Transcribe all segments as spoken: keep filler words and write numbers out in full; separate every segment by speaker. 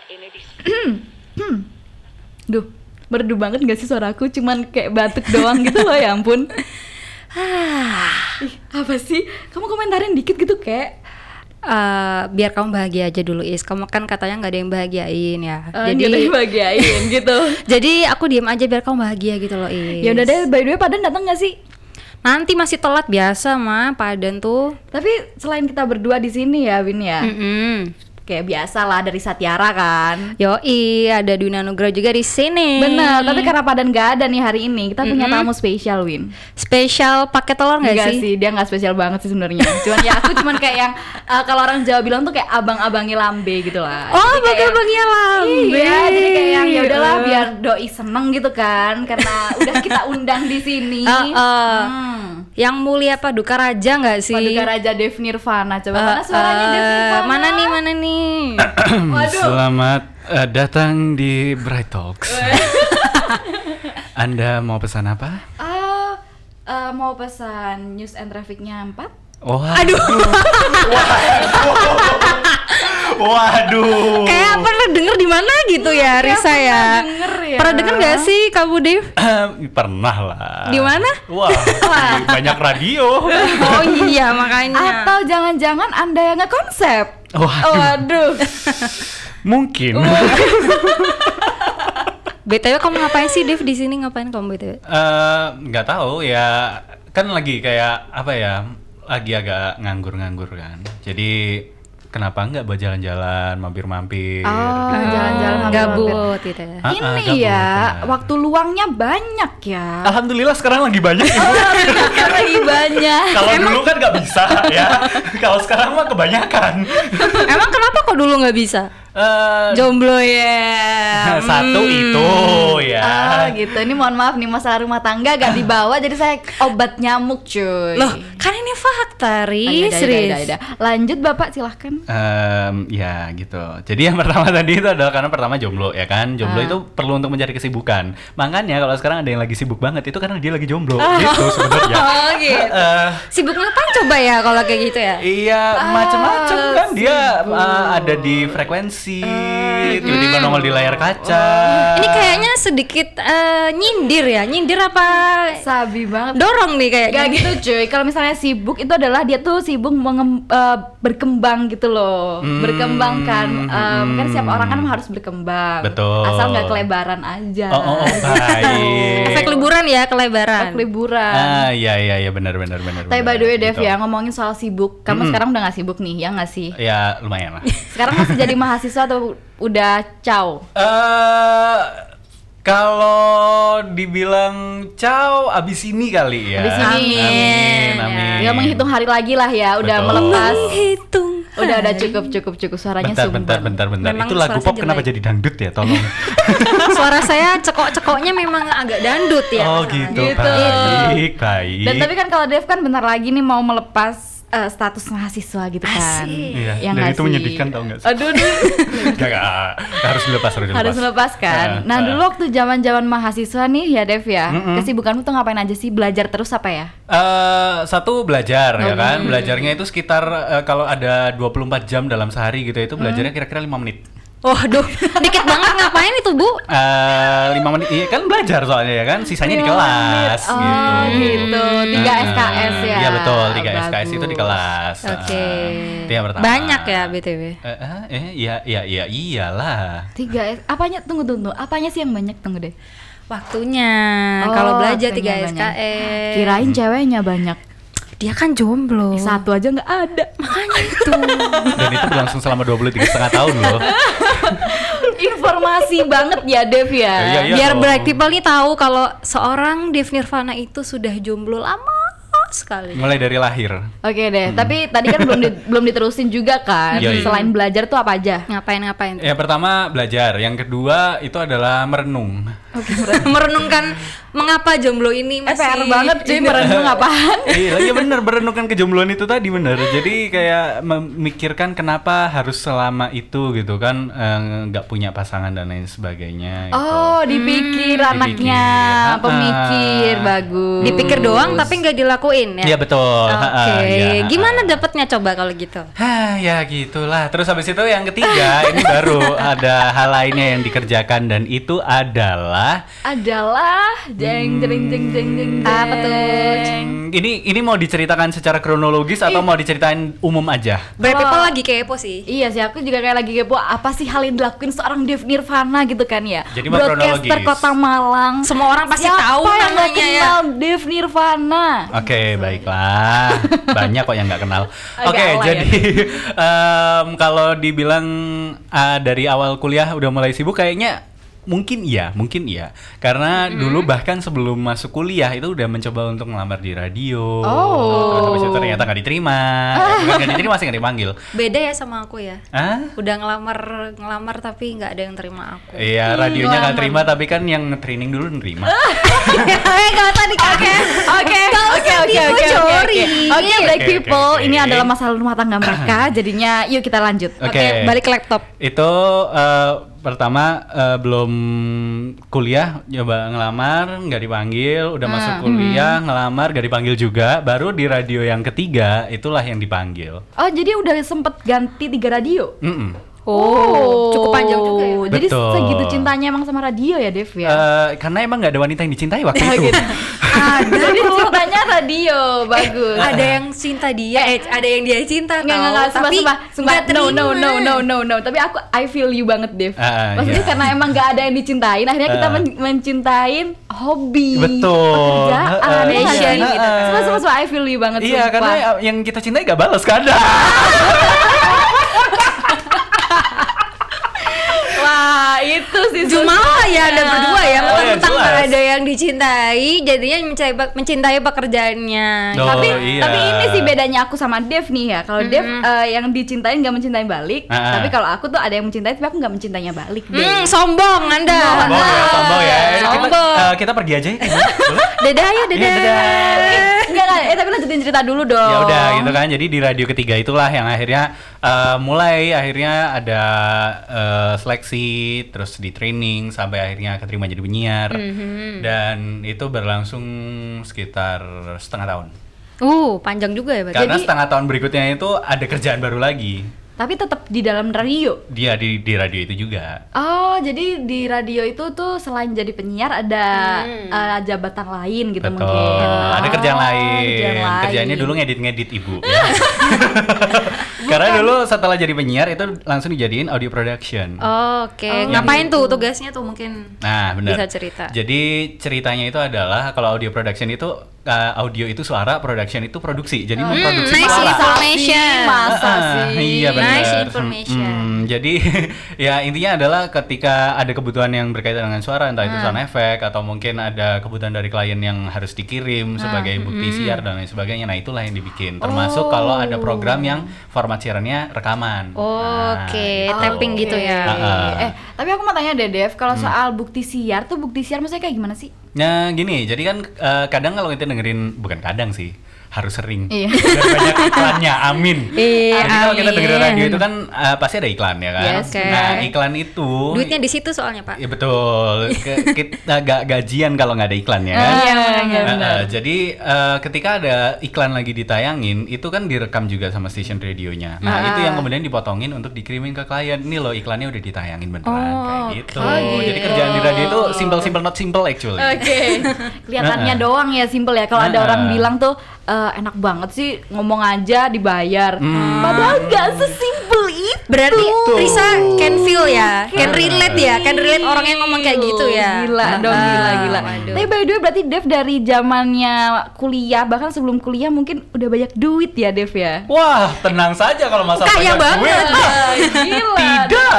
Speaker 1: ini di
Speaker 2: Duh, merdu banget gak sih suaraku? Cuman kayak batuk doang gitu loh, ya ampun. Ih, apa sih? Kamu komentarin dikit gitu kayak
Speaker 3: Uh, biar kamu bahagia aja dulu Is. Kamu kan katanya nggak ada yang bahagiain ya.
Speaker 2: uh,
Speaker 3: jadi
Speaker 2: gak ada yang bahagiain gitu.
Speaker 3: Jadi aku diem aja biar kamu bahagia gitu loh Is.
Speaker 2: Ya udah deh, by the way Padan datang gak sih?
Speaker 3: Nanti masih telat biasa mah Padan tuh.
Speaker 2: Tapi selain kita berdua di sini ya, Win ya.
Speaker 3: Mm-mm.
Speaker 2: Kayak biasa lah dari Satyara kan.
Speaker 3: Yoi, ada Duna Nugra juga di sini.
Speaker 2: Bener, tapi karena Padan gak ada nih hari ini, kita punya
Speaker 3: Mm-mm.
Speaker 2: tamu spesial, Win.
Speaker 3: Spesial pakai telur nggak
Speaker 2: Enggak
Speaker 3: sih?
Speaker 2: sih, dia nggak spesial banget sih sebenarnya. Cuman ya aku cuman kayak yang uh, kalau orang Jawa bilang tuh kayak abang-abangi lambe gitu lah.
Speaker 3: Oh,
Speaker 2: Jadi kayak
Speaker 3: abang-abangnya lambe.
Speaker 2: Iya, jadi kayak yang ya udahlah biar doi seneng gitu kan, karena udah kita undang di sini.
Speaker 3: Uh, uh.
Speaker 2: Hmm.
Speaker 3: Yang mulia Paduka Raja nggak sih?
Speaker 2: Paduka Raja Dev Nirvana. Coba
Speaker 3: Uh,
Speaker 2: mana suaranya
Speaker 3: uh,
Speaker 2: Dev Nirvana?
Speaker 3: Mana nih, mana nih?
Speaker 2: Waduh.
Speaker 4: Selamat uh, datang di Bright Talks. Anda mau pesan apa?
Speaker 2: Ah, uh, mau pesan news and trafficnya empat?
Speaker 4: Oh, aduh. Waduh.
Speaker 3: Kayak pernah denger di mana gitu ya,
Speaker 2: Kayak
Speaker 3: Risa ya.
Speaker 2: pernah denger ya.
Speaker 3: Pernah denger nggak sih kamu, Dev?
Speaker 4: Pernah lah.
Speaker 3: Di mana?
Speaker 4: Wah, di banyak radio.
Speaker 3: Oh iya makanya.
Speaker 2: Atau jangan-jangan Anda yang nge-konsep?
Speaker 4: Waduh.
Speaker 2: Waduh.
Speaker 4: Mungkin.
Speaker 3: B T W kamu ngapain sih, Dev, di sini ngapain kamu B T W?
Speaker 4: Eh, nggak tahu ya, kan lagi kayak apa ya, lagi agak nganggur-nganggur kan. Jadi kenapa nggak buat jalan-jalan, mampir-mampir?
Speaker 2: Oh,
Speaker 4: gitu.
Speaker 2: jalan-jalan mampir-mampir.
Speaker 3: Gabut gitu ya.
Speaker 4: Ah, ah,
Speaker 2: Ini
Speaker 4: gabut,
Speaker 2: ya,
Speaker 4: benar.
Speaker 2: waktu luangnya banyak ya.
Speaker 4: Alhamdulillah sekarang lagi banyak. Ibu.
Speaker 2: Alhamdulillah lagi banyak.
Speaker 4: Kalau dulu kan nggak bisa ya. Kalau sekarang mah kebanyakan.
Speaker 3: Emang kenapa kok dulu nggak bisa?
Speaker 4: Eh,
Speaker 3: Jomblo ya.
Speaker 4: Satu
Speaker 3: Hmm.
Speaker 4: itu ya.
Speaker 2: Oh gitu, ini mohon maaf nih masalah rumah tangga gak dibawa, jadi saya obat nyamuk cuy.
Speaker 3: Loh, kan ini fakta,
Speaker 2: Ah, iya,
Speaker 3: Riz,
Speaker 2: dah, dah,
Speaker 3: Riz.
Speaker 2: dah, dah. Lanjut Bapak silahkan.
Speaker 4: Em, ya gitu. Jadi yang pertama tadi itu adalah karena pertama jomblo ya kan. Jomblo
Speaker 2: Ah.
Speaker 4: itu perlu untuk mencari kesibukan. Makanya kalau sekarang ada yang lagi sibuk banget itu karena dia lagi jomblo gitu sebenarnya.
Speaker 3: Oh gitu.
Speaker 4: Eh,
Speaker 3: Sibuk ngapain coba ya kalau kayak gitu ya?
Speaker 4: Iya,
Speaker 2: Ah,
Speaker 4: macam-macam kan dia
Speaker 2: sibuk.
Speaker 4: uh, ada di frekuensi, tiba-tiba
Speaker 3: hmm.
Speaker 4: nongol di layar kaca.
Speaker 3: Ini kayaknya sedikit eh, nyindir ya, nyindir apa?
Speaker 2: Sabi banget.
Speaker 3: Dorong nih kayak
Speaker 2: Gak gitu cuy, kalau misalnya sibuk itu adalah dia tuh sibuk mengem- eh, berkembang gitu loh.
Speaker 4: Hmm,
Speaker 2: Berkembang kan, Em, kan
Speaker 4: hmm.
Speaker 2: setiap orang kan harus berkembang.
Speaker 4: Betul.
Speaker 2: Asal nggak kelebaran aja.
Speaker 4: Oh, oh, oh, baik.
Speaker 3: Efek liburan ya, kelebaran.
Speaker 2: Efek liburan.
Speaker 4: Ah, iya iya iya benar benar benar.
Speaker 2: Tapi
Speaker 4: benar,
Speaker 2: by the way Dev
Speaker 4: gitu.
Speaker 2: ya, ngomongin soal sibuk, kamu
Speaker 4: Mm-mm.
Speaker 2: sekarang udah gak sibuk nih, ya gak sih?
Speaker 4: Ya lumayan lah.
Speaker 2: Sekarang masih jadi mahasiswa atau udah caw?
Speaker 4: Eh kalau dibilang caw abis ini kali ya.
Speaker 2: Abis ini.
Speaker 4: Amin, amin.
Speaker 2: Tinggal menghitung hari lagi lah ya, udah
Speaker 4: Betul.
Speaker 2: melepas.
Speaker 3: Hitung.
Speaker 2: Udah udah cukup cukup cukup suaranya
Speaker 4: Bentar,
Speaker 2: sumbang.
Speaker 4: bentar, bentar, bentar.
Speaker 3: Memang
Speaker 4: Itu lagu
Speaker 3: suara
Speaker 4: pop
Speaker 3: saya
Speaker 4: kenapa
Speaker 3: jelek.
Speaker 4: jadi dangdut ya? Tolong.
Speaker 3: Suara saya cekok-cekoknya memang agak dandut ya.
Speaker 4: Oh gitu,
Speaker 2: Gitu.
Speaker 4: baik, baik.
Speaker 2: Dan tapi kan kalau Dev kan bentar lagi nih mau melepas eh, status mahasiswa gitu kan.
Speaker 3: Asik.
Speaker 4: Iya,
Speaker 2: Ya
Speaker 4: dan
Speaker 2: nggak
Speaker 4: itu
Speaker 2: sih?
Speaker 4: menyedihkan tau gak sih?
Speaker 2: Aduh, aduh.
Speaker 4: Gak, gak, harus dilepas, harus dilepas.
Speaker 2: Harus melepaskan.
Speaker 4: Eh,
Speaker 2: Nah,
Speaker 4: eh.
Speaker 2: dulu waktu zaman-zaman mahasiswa nih ya Dev ya,
Speaker 4: Mm-mm.
Speaker 2: kesibukanmu tuh ngapain aja sih? Belajar terus apa ya?
Speaker 4: Eh, satu belajar ya
Speaker 2: Oh,
Speaker 4: kan,
Speaker 2: hmm.
Speaker 4: belajarnya itu sekitar eh, kalau ada dua puluh empat jam dalam sehari gitu itu belajarnya kira-kira lima menit.
Speaker 3: Waduh, dikit banget ngapain itu, Bu?
Speaker 4: Eh, lima menit, iya kan belajar soalnya ya kan, sisanya di
Speaker 2: Lima
Speaker 4: kelas
Speaker 2: menit. Oh
Speaker 4: gitu.
Speaker 2: gitu, tiga
Speaker 4: Ah,
Speaker 2: S K S ya.
Speaker 4: Iya betul, tiga S K S itu di
Speaker 2: Bagus.
Speaker 4: kelas.
Speaker 3: Oke.
Speaker 4: Ah, itu yang pertama.
Speaker 3: Banyak ya B T W.
Speaker 4: Eh, eh, eh, iya, iya, iya, iyalah.
Speaker 2: Tiga S, apanya? Tunggu tunggu, apanya sih yang banyak? Tunggu deh.
Speaker 3: Waktunya.
Speaker 2: Oh,
Speaker 3: Kalau belajar
Speaker 2: waktunya
Speaker 3: tiga S K S.
Speaker 2: Kirain ceweknya banyak.
Speaker 3: Dia kan jomblo.
Speaker 2: Satu aja nggak ada.
Speaker 3: Makanya itu.
Speaker 4: Dan itu berlangsung selama dua puluh tiga setengah tahun loh.
Speaker 2: Informasi banget ya Dev ya.
Speaker 4: Iya, iya.
Speaker 3: Biar
Speaker 4: dong.
Speaker 3: Black People nih tahu kalau seorang Dev Nirvana itu sudah jomblo lama sekali.
Speaker 4: Mulai dari lahir.
Speaker 2: Oke deh, tapi tadi kan belum di- belum diterusin juga kan.
Speaker 4: Iya, iya.
Speaker 2: Selain belajar tuh apa aja?
Speaker 3: Ngapain-ngapain?
Speaker 4: Yang pertama belajar, yang kedua itu adalah merenung.
Speaker 3: Merenungkan mengapa jomblo ini
Speaker 2: Eh,
Speaker 3: masih
Speaker 2: P R banget cuy, merenung apaan?
Speaker 4: Iya, iya bener, merenungkan kejombloan itu tadi bener. Jadi kayak memikirkan kenapa harus selama itu gitu kan eh, nggak punya pasangan dan lain sebagainya. Gitu.
Speaker 2: Oh, dipikir anaknya,
Speaker 4: Dipikir.
Speaker 2: pemikir,
Speaker 4: Ah.
Speaker 2: bagus.
Speaker 3: dipikir doang tapi nggak dilakuin. ditawarin ya.
Speaker 4: Iya betul.
Speaker 3: Oke,
Speaker 4: Ha-ha, iya.
Speaker 3: gimana dapatnya coba kalau gitu?
Speaker 4: Hah, ya gitulah. Terus habis itu yang ketiga ini baru ada hal lainnya yang dikerjakan dan itu adalah
Speaker 2: Adalah jeng jeng jeng jeng jeng.
Speaker 3: Apa tuh?
Speaker 4: Hmm, ini ini mau diceritakan secara kronologis atau mau diceritain umum aja?
Speaker 3: Brad People
Speaker 2: Kalau-
Speaker 3: lagi kepo sih.
Speaker 2: Iya sih, aku juga kayak lagi kepo apa sih hal yang dilakuin seorang Dev Nirvana gitu kan ya.
Speaker 4: Jadi mau
Speaker 2: Broadcaster
Speaker 4: kronologis.
Speaker 2: Kota Malang.
Speaker 3: Semua orang pasti
Speaker 2: Siapa
Speaker 3: tahu
Speaker 2: yang nggak
Speaker 3: namanya ya.
Speaker 2: kenal Dev Nirvana?
Speaker 4: Oke, baiklah. Banyak kok yang nggak kenal.
Speaker 2: Agak
Speaker 4: Oke,
Speaker 2: alay
Speaker 4: jadi em, kalau dibilang ah, dari awal kuliah udah mulai sibuk kayaknya mungkin iya, mungkin iya. Karena dulu bahkan sebelum masuk kuliah itu udah mencoba untuk ngelamar di radio.
Speaker 2: Oh.
Speaker 4: Terus habis itu ternyata nggak diterima. Ya, bukan nggak diterima sih, nggak dipanggil.
Speaker 3: Beda ya sama aku ya.
Speaker 4: Ah?
Speaker 3: Udah ngelamar ngelamar tapi nggak ada yang terima aku.
Speaker 4: Iya, radionya nggak terima tapi kan yang training dulu nerima.
Speaker 3: Eh nggak usah dikake.
Speaker 2: Oke,
Speaker 3: Nggak
Speaker 2: oke,
Speaker 3: usah
Speaker 2: oke, oke, oke, oke.
Speaker 3: dibocorin.
Speaker 2: Oke, Black
Speaker 4: Oke, oke,
Speaker 2: People,
Speaker 4: oke.
Speaker 2: ini adalah masalah rumah tangga mereka. Jadinya, yuk kita lanjut.
Speaker 4: Oke.
Speaker 3: Oke, balik ke laptop.
Speaker 4: Itu eh, pertama eh, belum kuliah nyoba ngelamar nggak dipanggil, udah masuk kuliah ngelamar nggak dipanggil juga, baru di radio yang ketiga itulah yang dipanggil.
Speaker 2: Oh, jadi udah sempet ganti tiga radio?
Speaker 4: Mm-mm.
Speaker 3: Oh, cukup panjang juga ya.
Speaker 2: Jadi
Speaker 4: Betul.
Speaker 2: segitu cintanya emang sama radio ya, Dev ya?
Speaker 4: Eh, karena emang nggak ada wanita yang dicintai waktu
Speaker 2: Ya,
Speaker 4: itu.
Speaker 2: gitu. Ada jadi cintanya radio, bagus.
Speaker 3: Ada yang cinta dia, eh ada yang dia cinta
Speaker 2: Nggak, nggak,
Speaker 3: tau,
Speaker 2: nggak, sumpah,
Speaker 3: tapi
Speaker 2: sumpah, sumpah.
Speaker 3: nggak
Speaker 2: No, no,
Speaker 3: terima.
Speaker 2: no, no, no, no. Tapi aku, I feel you banget, Dev.
Speaker 4: Ah,
Speaker 2: Maksudnya
Speaker 4: iya.
Speaker 2: karena emang nggak ada yang dicintain, akhirnya kita
Speaker 4: Ah.
Speaker 2: men- mencintain hobi,
Speaker 4: Betul.
Speaker 2: pekerjaan,
Speaker 4: Ah, ah,
Speaker 2: ya nggak
Speaker 3: passion
Speaker 2: sih?
Speaker 3: gitu.
Speaker 4: Ah.
Speaker 2: Sumpah, sumpah, sumpah, I feel you banget,
Speaker 4: Iya,
Speaker 2: sumpah.
Speaker 4: karena yang kita cintai nggak balas kadang.
Speaker 2: Wah, itu sih
Speaker 3: Cuma ya ada berdua ya,
Speaker 4: Oh, ya,
Speaker 3: mentang
Speaker 4: jelas.
Speaker 3: ada yang dicintai, jadinya mencintai, mencintai pekerjaannya.
Speaker 4: Oh,
Speaker 2: tapi
Speaker 4: iya.
Speaker 2: tapi ini sih bedanya aku sama Dev nih ya. Kalau Dev eh, yang dicintain nggak mencintai balik,
Speaker 4: Ah, ah.
Speaker 2: tapi kalau aku tuh ada yang mencintai tapi aku nggak mencintainya balik. Dev.
Speaker 3: Hmm, sombong Anda.
Speaker 4: Sombong ya, sombong ya. Eh, Kita,
Speaker 3: Sombong.
Speaker 4: eh, kita pergi aja ya. Boleh?
Speaker 3: Dadah ya, dadah.
Speaker 4: Iya, dadah.
Speaker 2: Enggak, enggak, eh tapi lanjutin cerita dulu dong.
Speaker 4: Ya udah gitu kan, jadi di radio ketiga itulah yang akhirnya eh, mulai akhirnya ada eh, seleksi, terus di training sampai akhirnya keterima jadi penyiar. Dan itu berlangsung sekitar setengah tahun.
Speaker 3: Uh, panjang juga ya, Pak.
Speaker 4: Karena
Speaker 2: Jadi-
Speaker 4: setengah tahun berikutnya itu ada kerjaan baru lagi.
Speaker 2: Tapi tetap di dalam radio.
Speaker 4: Dia di di radio itu juga.
Speaker 2: Oh, jadi di radio itu tuh selain jadi penyiar ada eh, jabatan lain gitu
Speaker 4: Betul.
Speaker 2: mungkin.
Speaker 4: Ada kerjaan
Speaker 2: Oh,
Speaker 4: lain.
Speaker 2: kerjaan lain.
Speaker 4: Kerjaannya dulu ngedit-ngedit Ibu ya. Karena dulu setelah jadi penyiar itu langsung dijadiin audio production.
Speaker 3: Oke, ngapain tuh tugasnya tuh mungkin?
Speaker 4: Nah, benar.
Speaker 3: Bisa cerita.
Speaker 4: Jadi ceritanya itu adalah kalau audio production itu uh, audio itu suara, production itu produksi. Jadi memproduksi
Speaker 3: nice
Speaker 4: suara.
Speaker 3: information.
Speaker 2: Masa
Speaker 4: Ah,
Speaker 2: sih?
Speaker 4: Iya benar.
Speaker 3: Nice information.
Speaker 4: Hmm, jadi ya intinya adalah ketika ada kebutuhan yang berkaitan dengan suara, entah itu sound effect atau mungkin ada kebutuhan dari klien yang harus dikirim sebagai bukti siar dan lain sebagainya. Nah, itulah yang dibikin. Termasuk kalau ada program yang format siarannya rekaman. Nah,
Speaker 3: Oke,
Speaker 4: gitu.
Speaker 3: tapping gitu ya.
Speaker 2: Oke.
Speaker 4: Ah.
Speaker 2: Eh, tapi aku mau tanya deh, Dev, kalau soal bukti siar tuh bukti siar maksudnya kayak gimana sih?
Speaker 4: Nah gini, jadi kan eh, kadang kalau kita dengerin, bukan kadang sih, harus sering.
Speaker 2: Iya.
Speaker 4: Biar banyak iklannya, amin.
Speaker 3: Iya,
Speaker 4: Jadi kalau kita
Speaker 3: amin.
Speaker 4: dengerin radio itu kan eh, pasti ada iklan ya kan.
Speaker 2: Yes,
Speaker 3: oke.
Speaker 4: Nah iklan itu.
Speaker 3: Duitnya di situ soalnya, Pak.
Speaker 4: Iya betul. Ke- kita gak gajian kalau nggak ada iklan ya kan.
Speaker 2: Iya,
Speaker 3: benar,
Speaker 2: iya,
Speaker 4: Eh,
Speaker 2: benar.
Speaker 4: eh, jadi eh, ketika ada iklan lagi ditayangin, itu kan direkam juga sama stasiun radionya. Nah
Speaker 2: Ah.
Speaker 4: itu yang kemudian dipotongin untuk dikirimin ke klien. Ini loh iklannya udah ditayangin beneran
Speaker 3: Oh,
Speaker 4: kayak gitu.
Speaker 2: oke.
Speaker 4: Jadi kerjaan di radio itu simple simple not simple actually.
Speaker 2: Oke, kelihatannya
Speaker 4: Nah.
Speaker 2: doang ya simple ya. Kalau ada
Speaker 4: Nah.
Speaker 2: orang bilang tuh "Eh, enak banget sih ngomong aja dibayar,
Speaker 4: Hmm.
Speaker 2: padahal nggak sesimpel itu.
Speaker 3: Berarti Risa can feel ya, can
Speaker 4: Nah.
Speaker 3: relate ya, can relate orang yang ngomong kayak gitu ya.
Speaker 2: Gila dong,
Speaker 3: Ah,
Speaker 2: gila gila.
Speaker 3: waduh.
Speaker 2: Tapi by the way berarti Dev dari zamannya kuliah bahkan sebelum kuliah mungkin udah banyak duit ya Dev ya.
Speaker 4: Wah, tenang saja kalau masalah
Speaker 3: Kaya
Speaker 4: banyak
Speaker 3: banget.
Speaker 4: duit.
Speaker 2: Ah, gila.
Speaker 4: Tidak.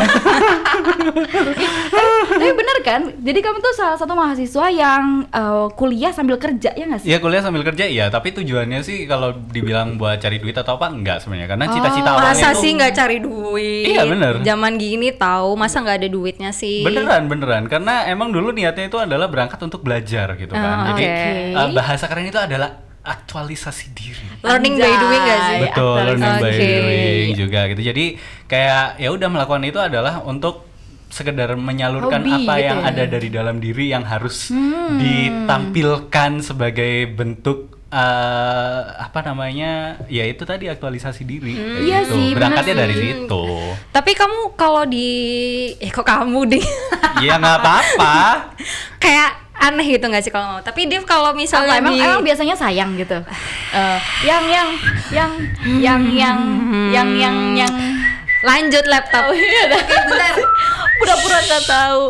Speaker 2: Tapi bener kan? Jadi kamu tuh salah satu mahasiswa yang eh, kuliah sambil kerja ya nggak sih?
Speaker 4: Ya kuliah sambil kerja iya, tapi tujuannya sih kalau dibilang buat cari duit atau apa enggak sebenarnya. Karena cita-cita awalnya
Speaker 3: Masa
Speaker 4: tuh
Speaker 3: sih nggak cari duit?
Speaker 4: Iya, bener.
Speaker 3: Zaman gini tahu, masa nggak ada duitnya sih?
Speaker 4: beneran beneran karena emang dulu niatnya itu adalah berangkat untuk belajar gitu kan.
Speaker 3: Oh,
Speaker 4: Jadi
Speaker 3: oke.
Speaker 4: eh, bahasa keren itu adalah aktualisasi diri.
Speaker 3: Learning by doing nggak sih?
Speaker 2: Anjay.
Speaker 4: Betul, learning by
Speaker 3: Oke.
Speaker 4: doing juga gitu. Jadi kayak ya udah melakukan itu adalah untuk sekedar menyalurkan
Speaker 2: Hobi
Speaker 4: apa
Speaker 2: gitu
Speaker 4: yang
Speaker 2: ya?
Speaker 4: ada dari dalam diri yang harus ditampilkan sebagai bentuk uh, apa namanya? Ya itu tadi aktualisasi diri.
Speaker 3: Hmm.
Speaker 4: kayak
Speaker 2: Iya
Speaker 4: gitu.
Speaker 2: sih,
Speaker 4: Berangkatnya
Speaker 2: bener
Speaker 4: dari
Speaker 2: sih.
Speaker 4: situ.
Speaker 3: Tapi kamu kalau di eh kok kamu deh
Speaker 4: Ya nggak apa-apa.
Speaker 3: kayak aneh gitu nggak sih kalau mau. Tapi Dev kalau
Speaker 2: Apa,
Speaker 3: misalnya
Speaker 2: emang
Speaker 3: di
Speaker 2: emang biasanya sayang gitu. Eh, yang yang yang yang yang yang yang yang
Speaker 3: lanjut laptop.
Speaker 2: Oh iya dah.
Speaker 3: Oke, bentar.
Speaker 2: Pura-pura nggak tahu.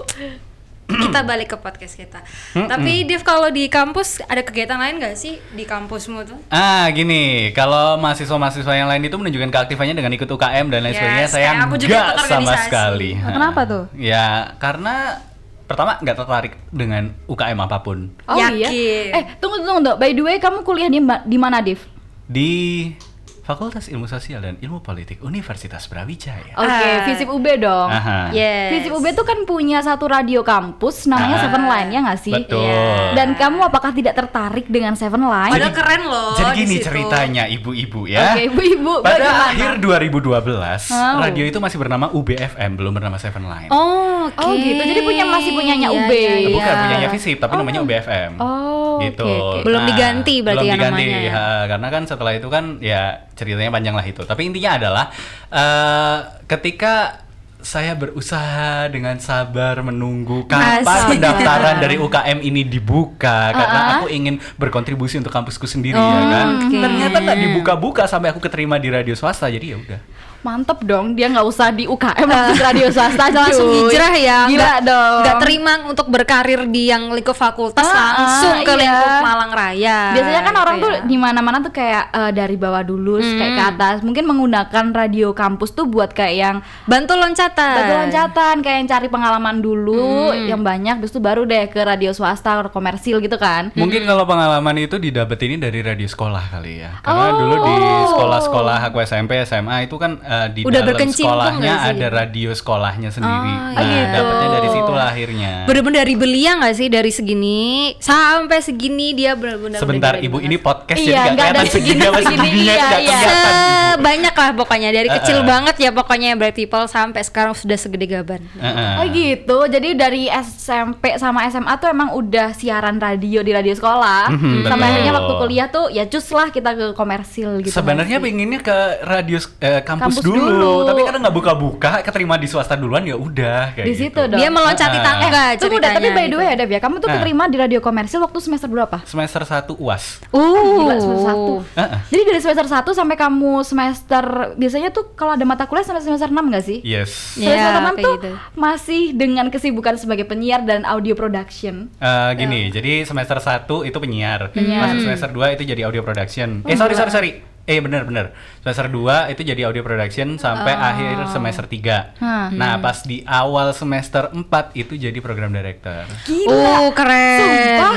Speaker 3: Kita balik ke podcast kita. Tapi Dev kalau di kampus ada kegiatan lain nggak sih di kampusmu tuh?
Speaker 4: Ah gini, kalau mahasiswa-mahasiswa yang lain itu menunjukkan keaktifannya dengan ikut U K M dan lain
Speaker 3: Yes,
Speaker 4: sebagainya, saya
Speaker 3: kayak aku juga
Speaker 4: nggak
Speaker 3: ikut
Speaker 4: sama
Speaker 3: organisasi.
Speaker 4: sekali.
Speaker 2: Oh, kenapa tuh?
Speaker 4: Ya karena pertama nggak tertarik dengan U K M apapun.
Speaker 2: Oh iya.
Speaker 3: Yakin.
Speaker 2: Eh, tunggu tunggu tunggu. By the way, kamu kuliah di ma- di mana, Div?
Speaker 4: Di Fakultas Ilmu Sosial dan Ilmu Politik Universitas Brawijaya.
Speaker 2: Oke,
Speaker 3: Ah.
Speaker 2: Visip U B dong.
Speaker 4: Aha.
Speaker 3: Yes.
Speaker 2: Visip U B tuh kan punya satu radio kampus namanya
Speaker 4: Ah.
Speaker 2: Seven Line, ya nggak sih?
Speaker 4: Betul.
Speaker 3: Iya.
Speaker 2: Dan kamu apakah tidak tertarik dengan Seven Line?
Speaker 3: Padahal keren loh.
Speaker 4: Jadi
Speaker 3: di
Speaker 4: gini
Speaker 3: situ.
Speaker 4: ceritanya ibu-ibu ya.
Speaker 2: Oke, ibu-ibu,
Speaker 4: Pada
Speaker 2: bagaimana?
Speaker 4: akhir dua ribu dua belas,
Speaker 2: Oh.
Speaker 4: radio itu masih bernama U B F M, belum bernama Seven Line.
Speaker 3: Oh, oke.
Speaker 2: Oh, gitu. Jadi punya- masih punyanya U B.
Speaker 3: Iya, iya, iya.
Speaker 4: Bukan punyanya Visip, tapi namanya U B F M.
Speaker 2: Oh,
Speaker 4: gitu.
Speaker 2: oke, oke.
Speaker 3: Belum diganti berarti
Speaker 4: belum
Speaker 3: ya
Speaker 4: diganti,
Speaker 3: namanya ya?
Speaker 4: ha, karena kan setelah itu kan ya ceritanya panjang lah itu. Tapi intinya adalah eh, ketika saya berusaha dengan sabar menunggu kapan
Speaker 3: Asik.
Speaker 4: pendaftaran dari U K M ini dibuka karena
Speaker 2: Uh-uh.
Speaker 4: aku ingin berkontribusi untuk kampusku sendiri
Speaker 3: Oh,
Speaker 4: ya kan.
Speaker 3: oke.
Speaker 4: Ternyata nggak dibuka-buka sampai aku keterima di radio swasta, jadi ya udah.
Speaker 2: Mantep dong, dia nggak usah di U K M, langsung ke radio swasta,
Speaker 3: langsung
Speaker 2: cuy.
Speaker 3: hijrah ya,
Speaker 2: Gila
Speaker 3: nggak-
Speaker 2: dong.
Speaker 3: nggak terima untuk berkarir di yang lingkup fakultas,
Speaker 2: Ah,
Speaker 3: langsung ke
Speaker 2: iya.
Speaker 3: lingkup Malang Raya.
Speaker 2: Biasanya kan orang
Speaker 3: gitu
Speaker 2: tuh
Speaker 3: ya.
Speaker 2: di mana-mana tuh kayak eh, dari bawah dulu terus kayak ke atas. Mungkin menggunakan radio kampus tuh buat kayak yang
Speaker 3: bantu loncatan.
Speaker 2: batu loncatan, kayak yang cari pengalaman dulu yang banyak, terus tuh baru deh ke radio swasta, ke komersil gitu kan.
Speaker 4: Mungkin kalau pengalaman itu didapat ini dari radio sekolah kali ya. Karena
Speaker 2: Oh.
Speaker 4: dulu di sekolah-sekolah aku S M P, S M A itu kan eh, di
Speaker 3: Udah
Speaker 4: dalam
Speaker 3: berkecimpung
Speaker 4: sekolahnya
Speaker 3: nggak sih?
Speaker 4: ada radio sekolahnya sendiri.
Speaker 3: Oh,
Speaker 4: nah,
Speaker 2: gitu.
Speaker 4: dapatnya dari situlah akhirnya.
Speaker 3: Bener-bener dari belia nggak sih dari segini sampai segini dia bener-bener
Speaker 4: Sebentar
Speaker 3: udah
Speaker 4: Ibu,
Speaker 3: jadi
Speaker 4: ini podcast
Speaker 2: Iya,
Speaker 4: jadi nggak
Speaker 2: nggak ada
Speaker 4: kelihatan segini apa
Speaker 2: segini-segini,
Speaker 4: segininya,
Speaker 2: iya,
Speaker 4: nggak
Speaker 2: iya.
Speaker 4: kelihatan, Ibu.
Speaker 3: sebanyak lah pokoknya dari
Speaker 4: Uh-uh.
Speaker 3: kecil banget ya pokoknya Bright People sampai sekarang sudah segede gaban.
Speaker 4: Heeh.
Speaker 2: Oh gitu, jadi dari S M P sama S M A tuh emang udah siaran radio di radio sekolah.
Speaker 4: Mhm,
Speaker 2: Sampai
Speaker 4: betul.
Speaker 2: akhirnya waktu kuliah tuh ya cus lah kita ke komersil gitu.
Speaker 4: Sebenarnya
Speaker 2: nggak sih?
Speaker 4: pengennya ke radio eh, kampus,
Speaker 2: Kampus
Speaker 4: dulu,
Speaker 2: dulu.
Speaker 4: tapi karena nggak buka-buka, keterima di swasta duluan ya udah kayak
Speaker 2: Di
Speaker 4: gitu.
Speaker 2: situ dong.
Speaker 3: Dia meloncati
Speaker 4: Ah.
Speaker 3: tangga
Speaker 2: Eh, tunggu deh, tapi by the
Speaker 3: gitu.
Speaker 2: way ya Dev ya, kamu tuh
Speaker 4: Ah.
Speaker 2: keterima di radio komersil waktu semester berapa?
Speaker 4: Semester satu U A S.
Speaker 3: Uh,
Speaker 2: Gila, semester satu.
Speaker 4: Heeh.
Speaker 2: Jadi dari semester satu sampai kamu semester, biasanya tuh kalau ada mata kuliah sampai semester enam nggak sih?
Speaker 4: Yes.
Speaker 2: Sampai
Speaker 3: Iya,
Speaker 2: semester enam
Speaker 3: kayak
Speaker 2: tuh
Speaker 3: gitu.
Speaker 2: masih dengan kesibukan sebagai penyiar dan audio production.
Speaker 4: Eh, gini, jadi semester satu itu penyiar,
Speaker 2: Penyiar.
Speaker 4: masuk semester dua itu jadi audio production. Eh sorry sorry sorry, eh bener bener. Semester dua itu jadi audio production sampai akhir semester tiga.
Speaker 2: Hah.
Speaker 4: Nah pas di awal semester empat itu jadi program director.
Speaker 2: Gila.
Speaker 3: Oh, keren.
Speaker 2: Sumpah.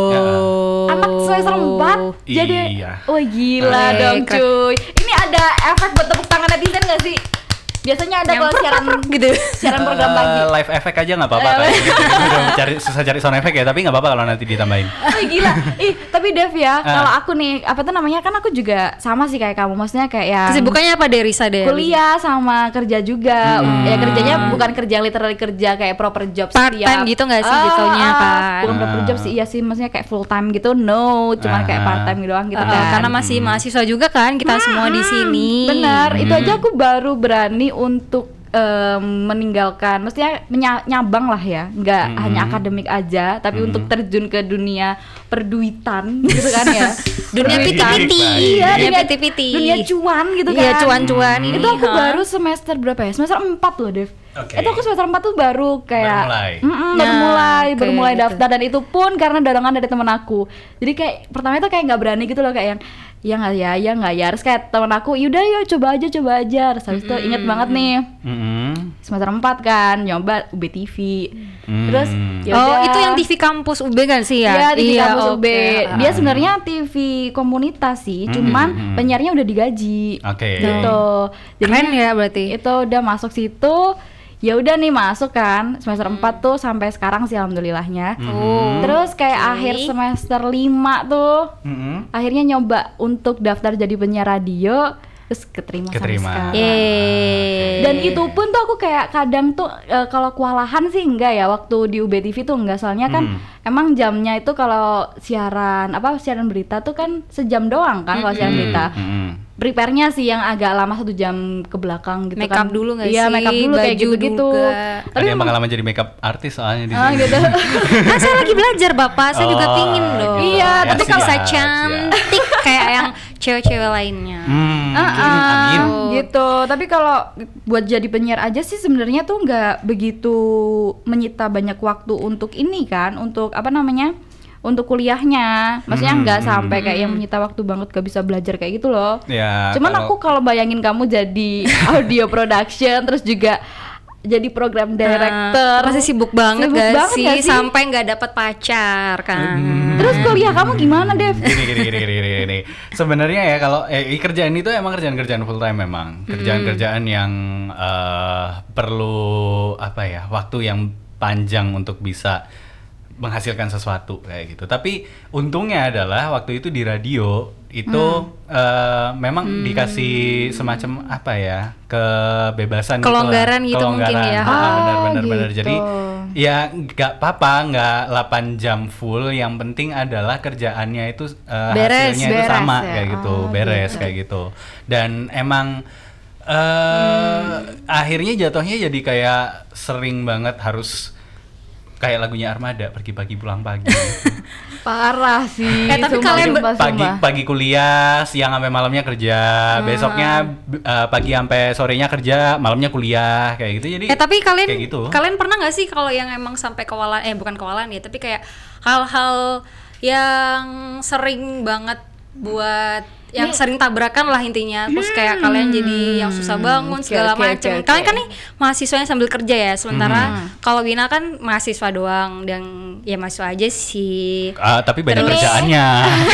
Speaker 3: Oh.
Speaker 2: Anak semester empat jadi
Speaker 4: Iya.
Speaker 2: oh gila
Speaker 3: Eh,
Speaker 2: dong
Speaker 3: keren.
Speaker 2: cuy. Ini ada efek buat tepuk tangan netizen gak sih? Biasanya ada
Speaker 3: Yang
Speaker 2: kalau siaran
Speaker 3: gitu.
Speaker 2: siaran program
Speaker 4: Eh,
Speaker 2: pagi.
Speaker 4: live effect aja nggak apa-apa.
Speaker 2: Eh,
Speaker 4: kayak gitu. Udah cari susah cari sound effect ya, tapi nggak apa-apa kalau nanti ditambahin.
Speaker 2: Oh gila. Ih, tapi Dev ya,
Speaker 4: Ah.
Speaker 2: kalau aku nih, apa tuh namanya, kan aku juga sama sih kayak kamu. Maksudnya kayak yang
Speaker 3: Kesibukannya apa deh Risa deh?
Speaker 2: kuliah sama kerja juga.
Speaker 3: Hmm.
Speaker 2: Ya kerjanya bukan kerja yang literally kerja kayak proper job
Speaker 3: Part
Speaker 2: setiap-
Speaker 3: time gitu nggak sih
Speaker 2: Ah,
Speaker 3: jatuhnya,
Speaker 2: ah,
Speaker 3: kan?
Speaker 2: Bukan proper
Speaker 4: Ah.
Speaker 2: job sih, iya sih, maksudnya kayak full time gitu. No, cuman kayak
Speaker 4: Ah.
Speaker 2: part time gitu doang gitu
Speaker 3: Uh,
Speaker 2: kan.
Speaker 3: karena masih mahasiswa juga kan kita semua di sini.
Speaker 2: Benar, itu
Speaker 4: Hmm.
Speaker 2: aja aku baru berani untuk em, meninggalkan, maksudnya menya- nyabang lah ya, nggak
Speaker 4: Hmm.
Speaker 2: hanya akademik aja, tapi untuk terjun ke dunia perduitan gitu kan ya.
Speaker 3: Dunia
Speaker 2: Perduitan.
Speaker 3: piti-piti.
Speaker 2: Iya,
Speaker 3: Dunia
Speaker 2: dunia
Speaker 3: piti-piti.
Speaker 2: dunia cuan gitu kan.
Speaker 3: Iya, cuan-cuan
Speaker 2: Hmm.
Speaker 3: ini,
Speaker 2: Itu aku
Speaker 3: ha.
Speaker 2: baru semester berapa ya? Semester empat loh, Dev.
Speaker 4: Oke.
Speaker 2: Itu aku semester empat tuh baru kayak
Speaker 4: Baru mulai.
Speaker 2: Mm-mm, baru
Speaker 3: Nah,
Speaker 2: mulai, baru
Speaker 3: kayak
Speaker 2: mulai
Speaker 3: gitu.
Speaker 2: daftar, dan itu pun karena dorongan dari temen aku. Jadi kayak pertama itu kayak nggak berani gitu loh, kayak yang ya nggak ya, ya nggak ya. Terus kayak temen aku, yaudah yuk coba aja, coba aja. Terus habis itu inget banget nih
Speaker 4: Mm-mm.
Speaker 2: semester empat kan nyoba U B T V.
Speaker 4: Hmm.
Speaker 2: Terus
Speaker 3: Oh,
Speaker 2: yaudah.
Speaker 3: itu yang T V kampus U B kan sih ya?
Speaker 2: Iya, T V kampus U B.
Speaker 3: oke.
Speaker 2: Dia sebenarnya T V komunitas sih,
Speaker 4: Hmm,
Speaker 2: cuman
Speaker 4: hmm, hmm.
Speaker 2: penyiarnya udah digaji.
Speaker 4: Oke.
Speaker 2: Gitu.
Speaker 3: Keren ya berarti.
Speaker 2: Itu udah masuk situ. Ya udah nih masuk kan semester empat tuh sampai sekarang sih alhamdulillahnya.
Speaker 3: Oh.
Speaker 2: Terus kayak
Speaker 3: Oke.
Speaker 2: akhir semester lima tuh
Speaker 4: Mm-mm.
Speaker 2: akhirnya nyoba untuk daftar jadi penyiar radio. terus keterima,
Speaker 4: Keterima.
Speaker 2: sampai sekarang.
Speaker 3: Yeay.
Speaker 2: Dan itu pun tuh aku kayak kadang tuh e, kalau kewalahan sih enggak ya, waktu di U B T V tuh enggak, soalnya kan
Speaker 4: Hmm.
Speaker 2: emang jamnya itu kalau siaran apa siaran berita tuh kan sejam doang kan kalau siaran
Speaker 3: Hmm.
Speaker 2: berita.
Speaker 4: Hmm.
Speaker 2: Prepare-nya sih yang agak lama satu jam ke belakang gitu
Speaker 3: Make
Speaker 2: kan.
Speaker 3: up dulu nggak
Speaker 2: Iya,
Speaker 3: sih?
Speaker 2: make up dulu kayak
Speaker 3: Baju
Speaker 2: gitu-gitu.
Speaker 3: juga.
Speaker 4: Ada yang pengalaman jadi makeup artis soalnya di
Speaker 2: Ah
Speaker 4: sini.
Speaker 2: gitu.
Speaker 3: Kan saya lagi belajar bapak, saya juga
Speaker 4: Oh,
Speaker 3: pingin loh.
Speaker 4: gitu.
Speaker 2: Iya,
Speaker 4: Ya,
Speaker 2: tapi kalau
Speaker 3: bisa
Speaker 4: siap,
Speaker 3: cantik kayak yang cewek-cewek lainnya.
Speaker 4: Hmm,
Speaker 2: Ah, ah,
Speaker 4: amin.
Speaker 2: gitu. Tapi kalau buat jadi penyiar aja sih sebenarnya tuh nggak begitu menyita banyak waktu untuk ini kan, untuk apa namanya? Untuk kuliahnya. Maksudnya
Speaker 4: Hmm,
Speaker 2: nggak
Speaker 4: hmm.
Speaker 2: sampai kayak yang menyita waktu banget gak bisa belajar kayak gitu loh.
Speaker 4: Ya,
Speaker 2: Cuman
Speaker 4: kalau-
Speaker 2: aku kalau bayangin kamu jadi audio production terus juga jadi program director.
Speaker 3: Ah, pasti sibuk banget
Speaker 2: Sibuk
Speaker 3: gak
Speaker 2: banget
Speaker 3: sih?
Speaker 2: gak sih?
Speaker 3: Sampai nggak dapat pacar kan.
Speaker 2: Terus kuliah kamu gimana, Dev?
Speaker 4: Gini gini gini gini gini, gini. Sebenarnya ya kalau eh, kerjaan itu emang kerjaan-kerjaan full time memang. Kerjaan-kerjaan yang eh, perlu apa ya? Waktu yang panjang untuk bisa menghasilkan sesuatu kayak gitu. Tapi untungnya adalah waktu itu di radio itu eh, memang dikasih semacam apa ya? Kebebasan gitu lah.
Speaker 3: Kelonggaran gitu mungkin ya.
Speaker 4: Ah,
Speaker 2: Ah,
Speaker 4: benar benar benar.
Speaker 2: gitu.
Speaker 4: Jadi ya nggak apa-apa, nggak delapan jam full, yang penting adalah kerjaannya itu uh,
Speaker 3: Beres,
Speaker 4: hasilnya itu
Speaker 2: beres
Speaker 4: sama
Speaker 2: ya.
Speaker 4: kayak gitu,
Speaker 2: Oh,
Speaker 4: beres
Speaker 2: gitu.
Speaker 4: kayak gitu. Dan emang uh, akhirnya jatuhnya jadi kayak sering banget harus kayak lagunya Armada, pergi pagi pulang pagi.
Speaker 2: Parah sih.
Speaker 3: Eh, tapi
Speaker 2: sumpah,
Speaker 3: kalian
Speaker 2: sumpah,
Speaker 4: pagi
Speaker 2: sumpah.
Speaker 4: pagi kuliah, siang sampai malamnya kerja, besoknya uh, pagi sampai sorenya kerja, malamnya kuliah kayak gitu. Jadi
Speaker 3: Eh tapi kalian
Speaker 4: kayak gitu.
Speaker 3: kalian pernah nggak sih kalau yang emang sampai kewalahan eh bukan kewalahan ya, tapi kayak hal-hal yang sering banget buat yang
Speaker 2: Nih.
Speaker 3: sering tabrakan lah intinya, terus kayak kalian jadi yang susah bangun
Speaker 2: Oke,
Speaker 3: segala
Speaker 2: oke,
Speaker 3: macam.
Speaker 2: oke, oke.
Speaker 3: Kalian kan nih mahasiswanya sambil kerja ya, sementara kalau Wina kan mahasiswa doang dan ya mahasiswa aja sih.
Speaker 4: Ah, tapi banyak
Speaker 3: Terus-
Speaker 4: kerjaannya.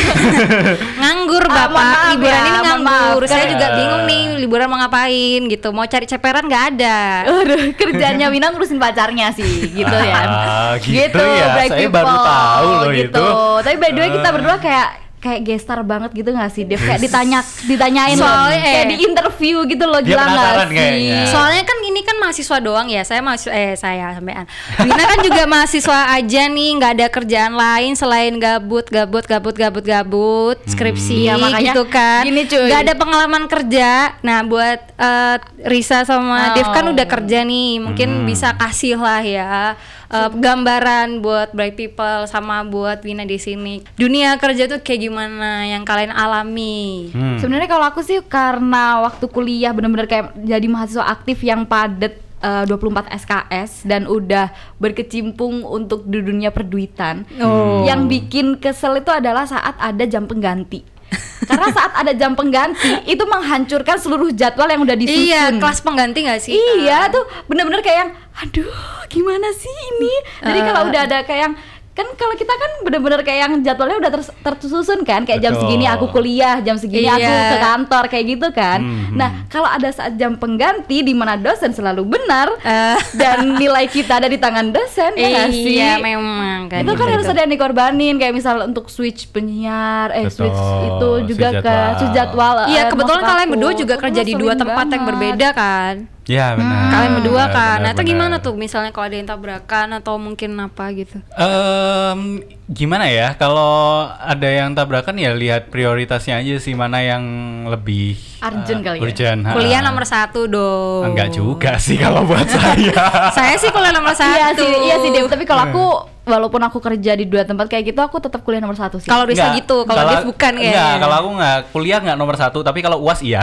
Speaker 3: Nganggur
Speaker 2: Ah,
Speaker 3: bapak,
Speaker 2: mohon maaf
Speaker 3: liburan
Speaker 2: ya,
Speaker 3: ini
Speaker 2: mohon
Speaker 3: nganggur.
Speaker 2: maaf.
Speaker 3: Saya
Speaker 4: Kan-
Speaker 3: juga bingung nih liburan mau ngapain gitu. Mau cari ceperan nggak ada.
Speaker 2: Aduh, kerjanya Wina ngurusin pacarnya sih, gitu ya.
Speaker 4: Ah, gitu ya.
Speaker 2: break
Speaker 4: Saya baru tahu loh
Speaker 2: gitu.
Speaker 4: itu.
Speaker 2: Tapi by the way kita
Speaker 4: Ah.
Speaker 2: berdua kayak kayak gestar banget gitu nggak sih, Dev? Kayak ditanya ditanyain
Speaker 3: Soalnya,
Speaker 2: kayak
Speaker 3: eh.
Speaker 2: di interview gitu loh,
Speaker 4: Dia
Speaker 2: gila nggak
Speaker 4: penasaran
Speaker 2: sih?
Speaker 4: kayaknya.
Speaker 3: Soalnya kan ini kan mahasiswa doang ya. Saya mahasiswa eh saya sampean. Wina kan juga mahasiswa aja nih, nggak ada kerjaan lain selain gabut, gabut, gabut, gabut, gabut, skripsi
Speaker 2: Iya, makanya
Speaker 3: gitu kan.
Speaker 2: gini, cuy.
Speaker 3: Nggak ada pengalaman kerja. Nah, buat eh, Risa sama Dev kan
Speaker 2: Oh.
Speaker 3: udah kerja nih. Mungkin
Speaker 4: Hmm.
Speaker 3: bisa kasih lah ya eh, gambaran buat Bright People sama buat Wina di sini. Dunia kerja tuh kayak gimana yang kalian alami?
Speaker 4: Hmm.
Speaker 2: Sebenarnya kalau aku sih karena waktu kuliah bener-bener kayak jadi mahasiswa aktif yang padat eh, dua puluh empat S K S dan udah berkecimpung untuk di dunia perduitan.
Speaker 3: Oh.
Speaker 2: Yang bikin kesel itu adalah saat ada jam pengganti. Karena saat ada jam pengganti itu menghancurkan seluruh jadwal yang udah disusun.
Speaker 3: Iya, kelas pengganti nggak sih?
Speaker 2: Iya tuh bener-bener kayak yang aduh gimana sih ini. Jadi
Speaker 3: Eh.
Speaker 2: kalau udah ada kayak yang kan kalau kita kan bener-bener kayak yang jadwalnya udah ter- tersusun kan, kayak jam
Speaker 4: Betul.
Speaker 2: segini aku kuliah, jam segini aku
Speaker 3: Iya.
Speaker 2: ke kantor kayak gitu kan.
Speaker 4: Mhm.
Speaker 2: Nah kalau ada saat jam pengganti di mana dosen selalu benar
Speaker 3: Eh.
Speaker 2: dan nilai kita ada di tangan dosen ya nggak sih?
Speaker 3: Iya, memang kan.
Speaker 2: Itu kan
Speaker 3: gitu.
Speaker 2: harus ada yang dikorbanin, kayak misal untuk switch penyiar, eh
Speaker 4: Betul,
Speaker 2: switch itu juga
Speaker 4: switch
Speaker 2: ke
Speaker 4: jadwal.
Speaker 2: switch jadwal.
Speaker 3: Iya,
Speaker 2: eh,
Speaker 3: kebetulan
Speaker 2: maksud
Speaker 3: kalian
Speaker 2: aku.
Speaker 3: berdua juga
Speaker 2: Itu
Speaker 3: kerja di dua
Speaker 2: ngeselin
Speaker 3: tempat yang
Speaker 2: banget.
Speaker 3: berbeda kan?
Speaker 4: Ya benar.
Speaker 3: Kalian berdua
Speaker 4: Benar,
Speaker 3: kan.
Speaker 4: benar,
Speaker 3: Nah, itu
Speaker 4: benar.
Speaker 3: gimana tuh misalnya kalau ada yang tabrakan atau mungkin apa gitu?
Speaker 4: Em, gimana ya? Kalau ada yang tabrakan ya lihat prioritasnya aja sih, mana yang lebih
Speaker 2: Urgent
Speaker 4: eh,
Speaker 2: kali ya?
Speaker 4: urgent, ha.
Speaker 3: Kuliah nomor satu dong.
Speaker 4: Enggak juga sih kalau buat saya.
Speaker 3: Saya sih kuliah nomor satu.
Speaker 2: Iya sih, iya sih Dew. Tapi kalau aku walaupun aku kerja di dua tempat kayak gitu, aku tetap kuliah nomor satu sih.
Speaker 3: Kalau Risa
Speaker 4: Enggak,
Speaker 3: gitu, kalau Dev bukan kayaknya.
Speaker 4: Enggak, kalau aku enggak kuliah enggak nomor satu, tapi kalau U A S iya.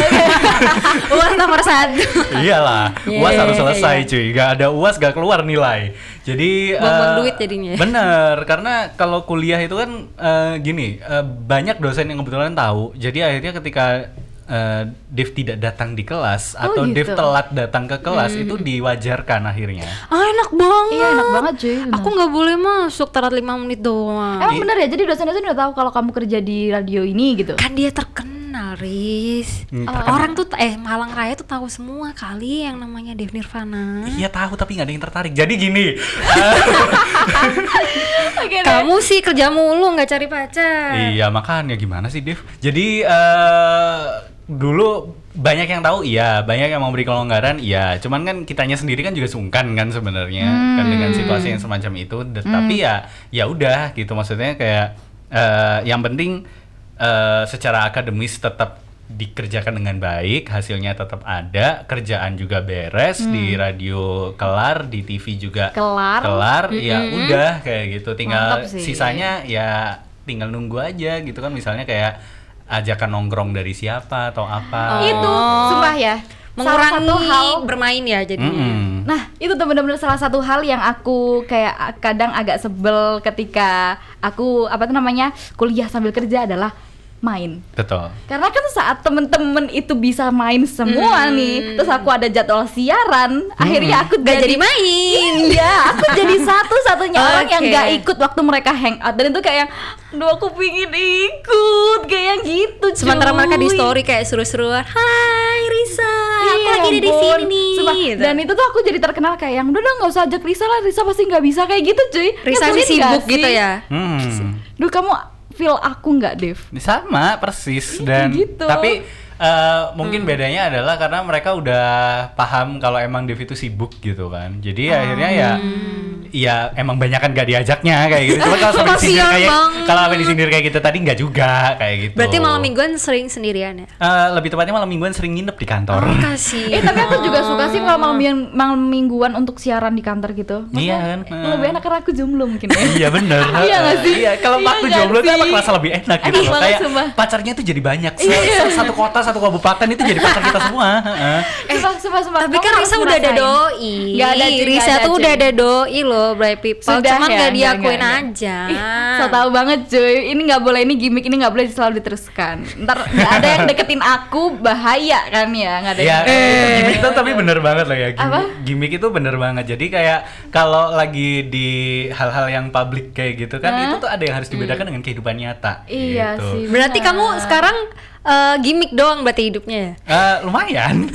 Speaker 3: U A S nomor satu.
Speaker 4: Iyalah,
Speaker 3: Iya,
Speaker 4: U A S harus
Speaker 3: iya,
Speaker 4: selesai
Speaker 3: iya.
Speaker 4: cuy. Enggak ada U A S enggak keluar nilai. Jadi
Speaker 3: Buang-buang
Speaker 4: eh,
Speaker 3: duit jadinya.
Speaker 4: Bener, karena kalau kuliah itu kan eh, gini, eh, banyak dosen yang kebetulan tahu. Jadi akhirnya ketika eh, Dev tidak datang di kelas
Speaker 2: Oh,
Speaker 4: atau
Speaker 2: gitu.
Speaker 4: Dev telat datang ke kelas
Speaker 3: Hmm.
Speaker 4: itu diwajarkan akhirnya.
Speaker 3: Ah, enak banget.
Speaker 2: Iya enak banget cuy. bener.
Speaker 3: Aku nggak boleh masuk telat lima menit doang.
Speaker 2: Emang bener ya, jadi dosen-dosen udah tahu kalau kamu kerja di radio ini gitu.
Speaker 3: Kan dia terkenal, Riz.
Speaker 4: Hmm,
Speaker 3: Oh,
Speaker 4: terkenal.
Speaker 3: orang tuh eh Malang Raya tuh tahu semua kali yang namanya Dev Nirvana.
Speaker 4: Iya tahu tapi nggak ada yang tertarik. Jadi gini,
Speaker 2: Oke deh.
Speaker 3: Kamu sih kerja mulu nggak cari pacar.
Speaker 4: iya makanya gimana sih Dev? Jadi eh dulu banyak yang tahu, iya, banyak yang memberi kelonggaran, iya. Cuman kan kitanya sendiri kan juga sungkan kan sebenarnya
Speaker 2: Hmm.
Speaker 4: kan dengan situasi yang semacam itu. D-
Speaker 2: Hmm.
Speaker 4: Tapi ya, ya udah gitu, maksudnya kayak eh, yang penting eh, secara akademis tetap dikerjakan dengan baik, hasilnya tetap ada, kerjaan juga beres, di radio kelar, di T V juga
Speaker 2: Kelar.
Speaker 4: kelar, ya udah kayak gitu. Tinggal
Speaker 2: Mantap sih.
Speaker 4: sisanya ya tinggal nunggu aja gitu kan, misalnya kayak ajakan nongkrong dari siapa atau apa.
Speaker 2: Itu sumpah ya. Salah
Speaker 3: Mengurangi
Speaker 2: satu hal.
Speaker 3: bermain ya jadinya.
Speaker 4: Mm-mm.
Speaker 2: Nah, itu tuh benar-benar salah satu hal yang aku kayak kadang agak sebel ketika aku apa tuh namanya kuliah sambil kerja adalah main.
Speaker 4: Betul.
Speaker 2: Karena kan saat temen-temen itu bisa main semua nih, terus aku ada jadwal siaran, akhirnya aku
Speaker 3: Gak jadi main.
Speaker 2: Iya, aku jadi satu-satunya orang yang
Speaker 3: Oke.
Speaker 2: gak ikut waktu mereka hangout. Dan itu kayak yang, aduh aku pingin ikut, kayak yang gitu cuy.
Speaker 3: Sementara mereka di story kayak seru-seruan. Hai Risa, aku
Speaker 2: Iya,
Speaker 3: lagi ada di
Speaker 2: ampun.
Speaker 3: sini nih.
Speaker 2: Sumpah.
Speaker 3: Gitu.
Speaker 2: Dan itu tuh aku jadi terkenal kayak yang udah dong nggak usah ajak Risa lah, Risa pasti nggak bisa kayak gitu cuy.
Speaker 3: Risa
Speaker 2: Ngeselin
Speaker 3: sih
Speaker 2: nggak
Speaker 3: sibuk gitu
Speaker 2: sih?
Speaker 3: ya.
Speaker 4: Hmm.
Speaker 2: Duh kamu feel aku nggak Dev?
Speaker 4: Sama persis,
Speaker 2: Iya,
Speaker 4: dan
Speaker 2: gitu.
Speaker 4: tapi eh, mungkin bedanya adalah karena mereka udah paham kalau emang Dev itu sibuk gitu kan. Jadi akhirnya ya ya emang banyak kan gak diajaknya kayak gitu. Cuma kalau sampai disindir
Speaker 3: Kasian
Speaker 4: kayak
Speaker 3: banget.
Speaker 4: kalau sampai disindir kayak gitu tadi nggak juga kayak gitu.
Speaker 3: Berarti malam mingguan sering sendirian ya?
Speaker 4: Eh, lebih tepatnya malam mingguan sering nginep di kantor.
Speaker 3: Oh, kasih.
Speaker 2: Eh tapi aku juga suka sih kalau malam, ming- malam mingguan untuk siaran di kantor gitu.
Speaker 4: Iya kan?
Speaker 2: Maksudnya lebih enak karena aku jomblo mungkin ya.
Speaker 4: Iya bener.
Speaker 2: Iya nggak sih?
Speaker 4: Iya, kalau
Speaker 2: Iya
Speaker 4: waktu
Speaker 2: nggak
Speaker 4: jomblo tuh
Speaker 2: sih?
Speaker 4: emang kerasa lebih enak gitu
Speaker 2: Enak
Speaker 4: loh.
Speaker 2: banget,
Speaker 4: Kayak
Speaker 2: sumpah.
Speaker 4: pacarnya tuh jadi banyak.
Speaker 2: Iya.
Speaker 4: Se- Satu kota, satu kabupaten itu jadi pacar kita semua. Heeh.
Speaker 2: Eh, sumpah, sumpah, sumpah.
Speaker 3: Tapi
Speaker 2: Kamu
Speaker 3: kan
Speaker 2: harus
Speaker 3: Risa udah ada
Speaker 2: ngerasain.
Speaker 3: doi.
Speaker 2: Nggak ada, cuy,
Speaker 3: Risa
Speaker 2: nggak ada,
Speaker 3: tuh
Speaker 2: cuy.
Speaker 3: udah ada doi loh, Bright People.
Speaker 2: Sudah
Speaker 3: Cuman
Speaker 2: ya,
Speaker 3: gak
Speaker 2: nggak,
Speaker 3: diakuin
Speaker 2: nggak,
Speaker 3: aja.
Speaker 2: Ih, so tau banget cuy, ini nggak boleh, ini gimmick ini nggak boleh selalu diteruskan. Ntar nggak ada yang deketin aku, bahaya kan ya, nggak ada.
Speaker 4: Iya,
Speaker 2: yang-
Speaker 4: itu gimmick itu tapi bener banget loh ya.
Speaker 2: Apa?
Speaker 4: Gimmick, gimmick itu bener banget. Jadi kayak kalau lagi di hal-hal yang publik kayak gitu kan,
Speaker 2: Hah?
Speaker 4: itu tuh ada yang harus dibedakan dengan kehidupan nyata.
Speaker 2: Iya
Speaker 4: gitu.
Speaker 2: sih.
Speaker 3: Berarti
Speaker 2: Benar.
Speaker 3: kamu sekarang eh, gimmick doang berarti hidupnya ya?
Speaker 4: Eh, lumayan.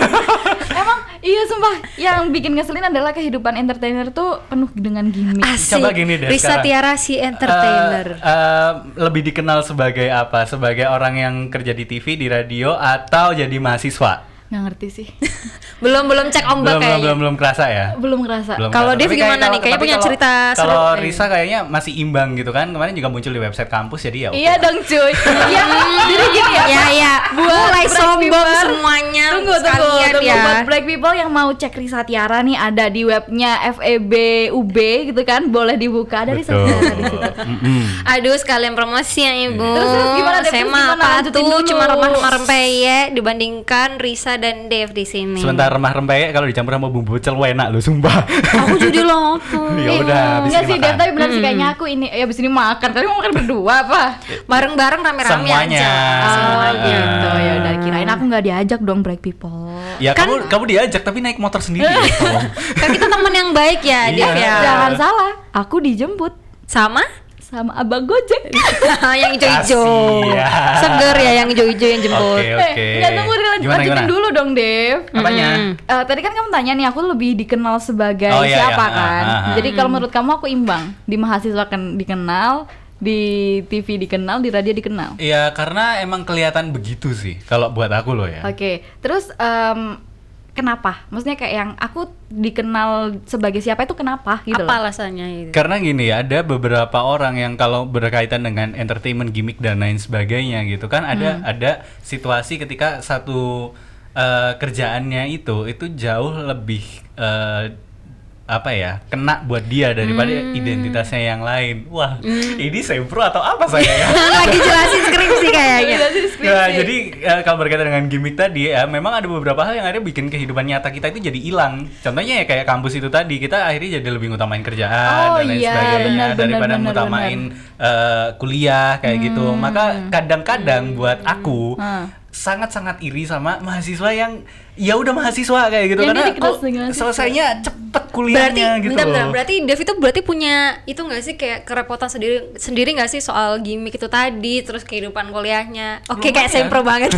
Speaker 2: Emang iya sumpah, yang bikin ngeselin adalah kehidupan entertainer tuh penuh dengan gimmick.
Speaker 3: Asik.
Speaker 4: Coba gini deh
Speaker 3: Risa
Speaker 4: sekarang.
Speaker 3: Tiara si entertainer.
Speaker 4: Eh, eh, lebih dikenal sebagai apa? Sebagai orang yang kerja di T V, di radio, atau jadi mahasiswa?
Speaker 2: Nggak ngerti sih.
Speaker 3: belum belum cek ombak
Speaker 4: Belum, belum,
Speaker 3: kayaknya.
Speaker 4: belum, belum kerasa ya?
Speaker 2: Belum ngerasa.
Speaker 4: Belum
Speaker 3: Kalau
Speaker 4: kerasa.
Speaker 3: Dev
Speaker 4: Tapi
Speaker 3: gimana
Speaker 4: kayak
Speaker 3: nih?
Speaker 4: kalau-
Speaker 3: Kayaknya
Speaker 4: tapi
Speaker 3: punya
Speaker 4: kalau-
Speaker 3: cerita seru.
Speaker 4: Kalau
Speaker 3: Eh.
Speaker 4: Risa kayaknya masih imbang gitu kan. Kemarin juga muncul di website kampus, jadi ya oke
Speaker 2: Iya
Speaker 4: lah.
Speaker 2: dong cuy. Iya, jadi gini ya.
Speaker 3: Ya ya,
Speaker 2: Buat
Speaker 3: mulai
Speaker 2: Black
Speaker 3: sombong
Speaker 2: People.
Speaker 3: semuanya
Speaker 2: Tunggu, tunggu,
Speaker 3: sekalian
Speaker 2: tunggu.
Speaker 3: ya.
Speaker 2: Buat Black People yang mau cek Risa Tiara nih, ada di webnya F E B U B gitu kan, boleh dibuka, ada Risa
Speaker 4: Betul.
Speaker 2: Tiara di situ.
Speaker 4: Mm-mm.
Speaker 3: Aduh, sekalian promosi ya Ibu.
Speaker 2: Terus, terus gimana, Dev?
Speaker 3: Saya
Speaker 2: Terus
Speaker 3: mah
Speaker 2: gimana?
Speaker 3: apa
Speaker 2: Lanjutin
Speaker 3: tuh
Speaker 2: dulu.
Speaker 3: cuma remah-remah rempeyek dibandingkan Risa dan Dev di sini.
Speaker 4: Sebentar remah-rempeyek kalau dicampur sama bumbu pecel enak loh, sumpah.
Speaker 3: Aku jadi lapar.
Speaker 4: Ya udah, habis
Speaker 2: Enggak
Speaker 4: ini
Speaker 2: sih,
Speaker 4: makan.
Speaker 2: Dev, tapi benar sih kayaknya aku ini ya abis ini makan. Tapi mau makan berdua apa?
Speaker 3: Bareng-bareng rame-rame
Speaker 4: Semuanya.
Speaker 3: aja.
Speaker 2: Oh
Speaker 3: Semuanya.
Speaker 2: gitu ya udah, kirain aku nggak diajak dong Black People.
Speaker 4: Ya
Speaker 3: Kan-
Speaker 4: kamu kamu diajak tapi naik motor sendiri. tolong.
Speaker 3: Kan kita teman yang baik ya,
Speaker 4: Iya.
Speaker 3: Dev ya.
Speaker 2: Jangan salah, aku dijemput
Speaker 3: Sama
Speaker 2: sama abang Gojek.
Speaker 3: yang hijau-hijau.
Speaker 4: Kasian.
Speaker 3: Seger ya yang hijau-hijau yang jemput.
Speaker 4: Oke, oke.
Speaker 2: Eh, nggak tunggu dilanjut-
Speaker 4: Gimana,
Speaker 2: lanjutin
Speaker 4: gimana?
Speaker 2: dulu dong, Dev.
Speaker 4: Apanya?
Speaker 2: Eh, tadi kan kamu tanya nih, aku lebih dikenal sebagai
Speaker 4: Oh, iya,
Speaker 2: siapa
Speaker 4: iya.
Speaker 2: kan?
Speaker 4: Ah, ah, ah.
Speaker 2: Jadi kalau menurut kamu aku imbang. Di mahasiswa kan dikenal, di T V dikenal, di radio dikenal.
Speaker 4: Iya, karena emang kelihatan begitu sih kalau buat aku loh ya.
Speaker 2: Oke, terus em, kenapa? Maksudnya kayak yang aku dikenal sebagai siapa itu kenapa gitu
Speaker 3: Apa
Speaker 2: loh?
Speaker 3: alasannya itu?
Speaker 4: Karena gini ya, ada beberapa orang yang kalau berkaitan dengan entertainment gimmick dan lain sebagainya gitu kan, ada
Speaker 2: Hmm.
Speaker 4: ada situasi ketika satu eh, kerjaannya itu itu jauh lebih eh, apa ya, kena buat dia daripada
Speaker 2: Hmm.
Speaker 4: identitasnya yang lain. Wah, ini sempro atau apa saya ya?
Speaker 3: Lagi jelasin skripsi kayaknya.
Speaker 4: Nah, jadi eh, kalau berkaitan dengan gimmick tadi ya, memang ada beberapa hal yang akhirnya bikin kehidupan nyata kita itu jadi hilang. Contohnya ya kayak kampus itu tadi, kita akhirnya jadi lebih ngutamain kerjaan
Speaker 2: Oh,
Speaker 4: dan lain
Speaker 2: iya,
Speaker 4: sebagainya
Speaker 2: benar, benar,
Speaker 4: daripada
Speaker 2: benar,
Speaker 4: ngutamain eh, kuliah kayak gitu. Maka kadang-kadang buat aku
Speaker 2: Hmm.
Speaker 4: sangat-sangat iri sama mahasiswa yang ya udah mahasiswa kayak gitu,
Speaker 2: Yang
Speaker 4: karena
Speaker 2: dia dikenal
Speaker 4: kok
Speaker 2: sebagai mahasiswa.
Speaker 4: selesainya cepet
Speaker 3: Berarti,
Speaker 4: kuliahnya gitu
Speaker 3: bentar, bentar,
Speaker 4: loh.
Speaker 3: berarti Dev itu berarti punya itu nggak sih kayak kerepotan sendiri sendiri nggak sih soal gimmick itu tadi, terus kehidupan kuliahnya? Oke, kayak
Speaker 4: Lumayan.
Speaker 3: sempro banget.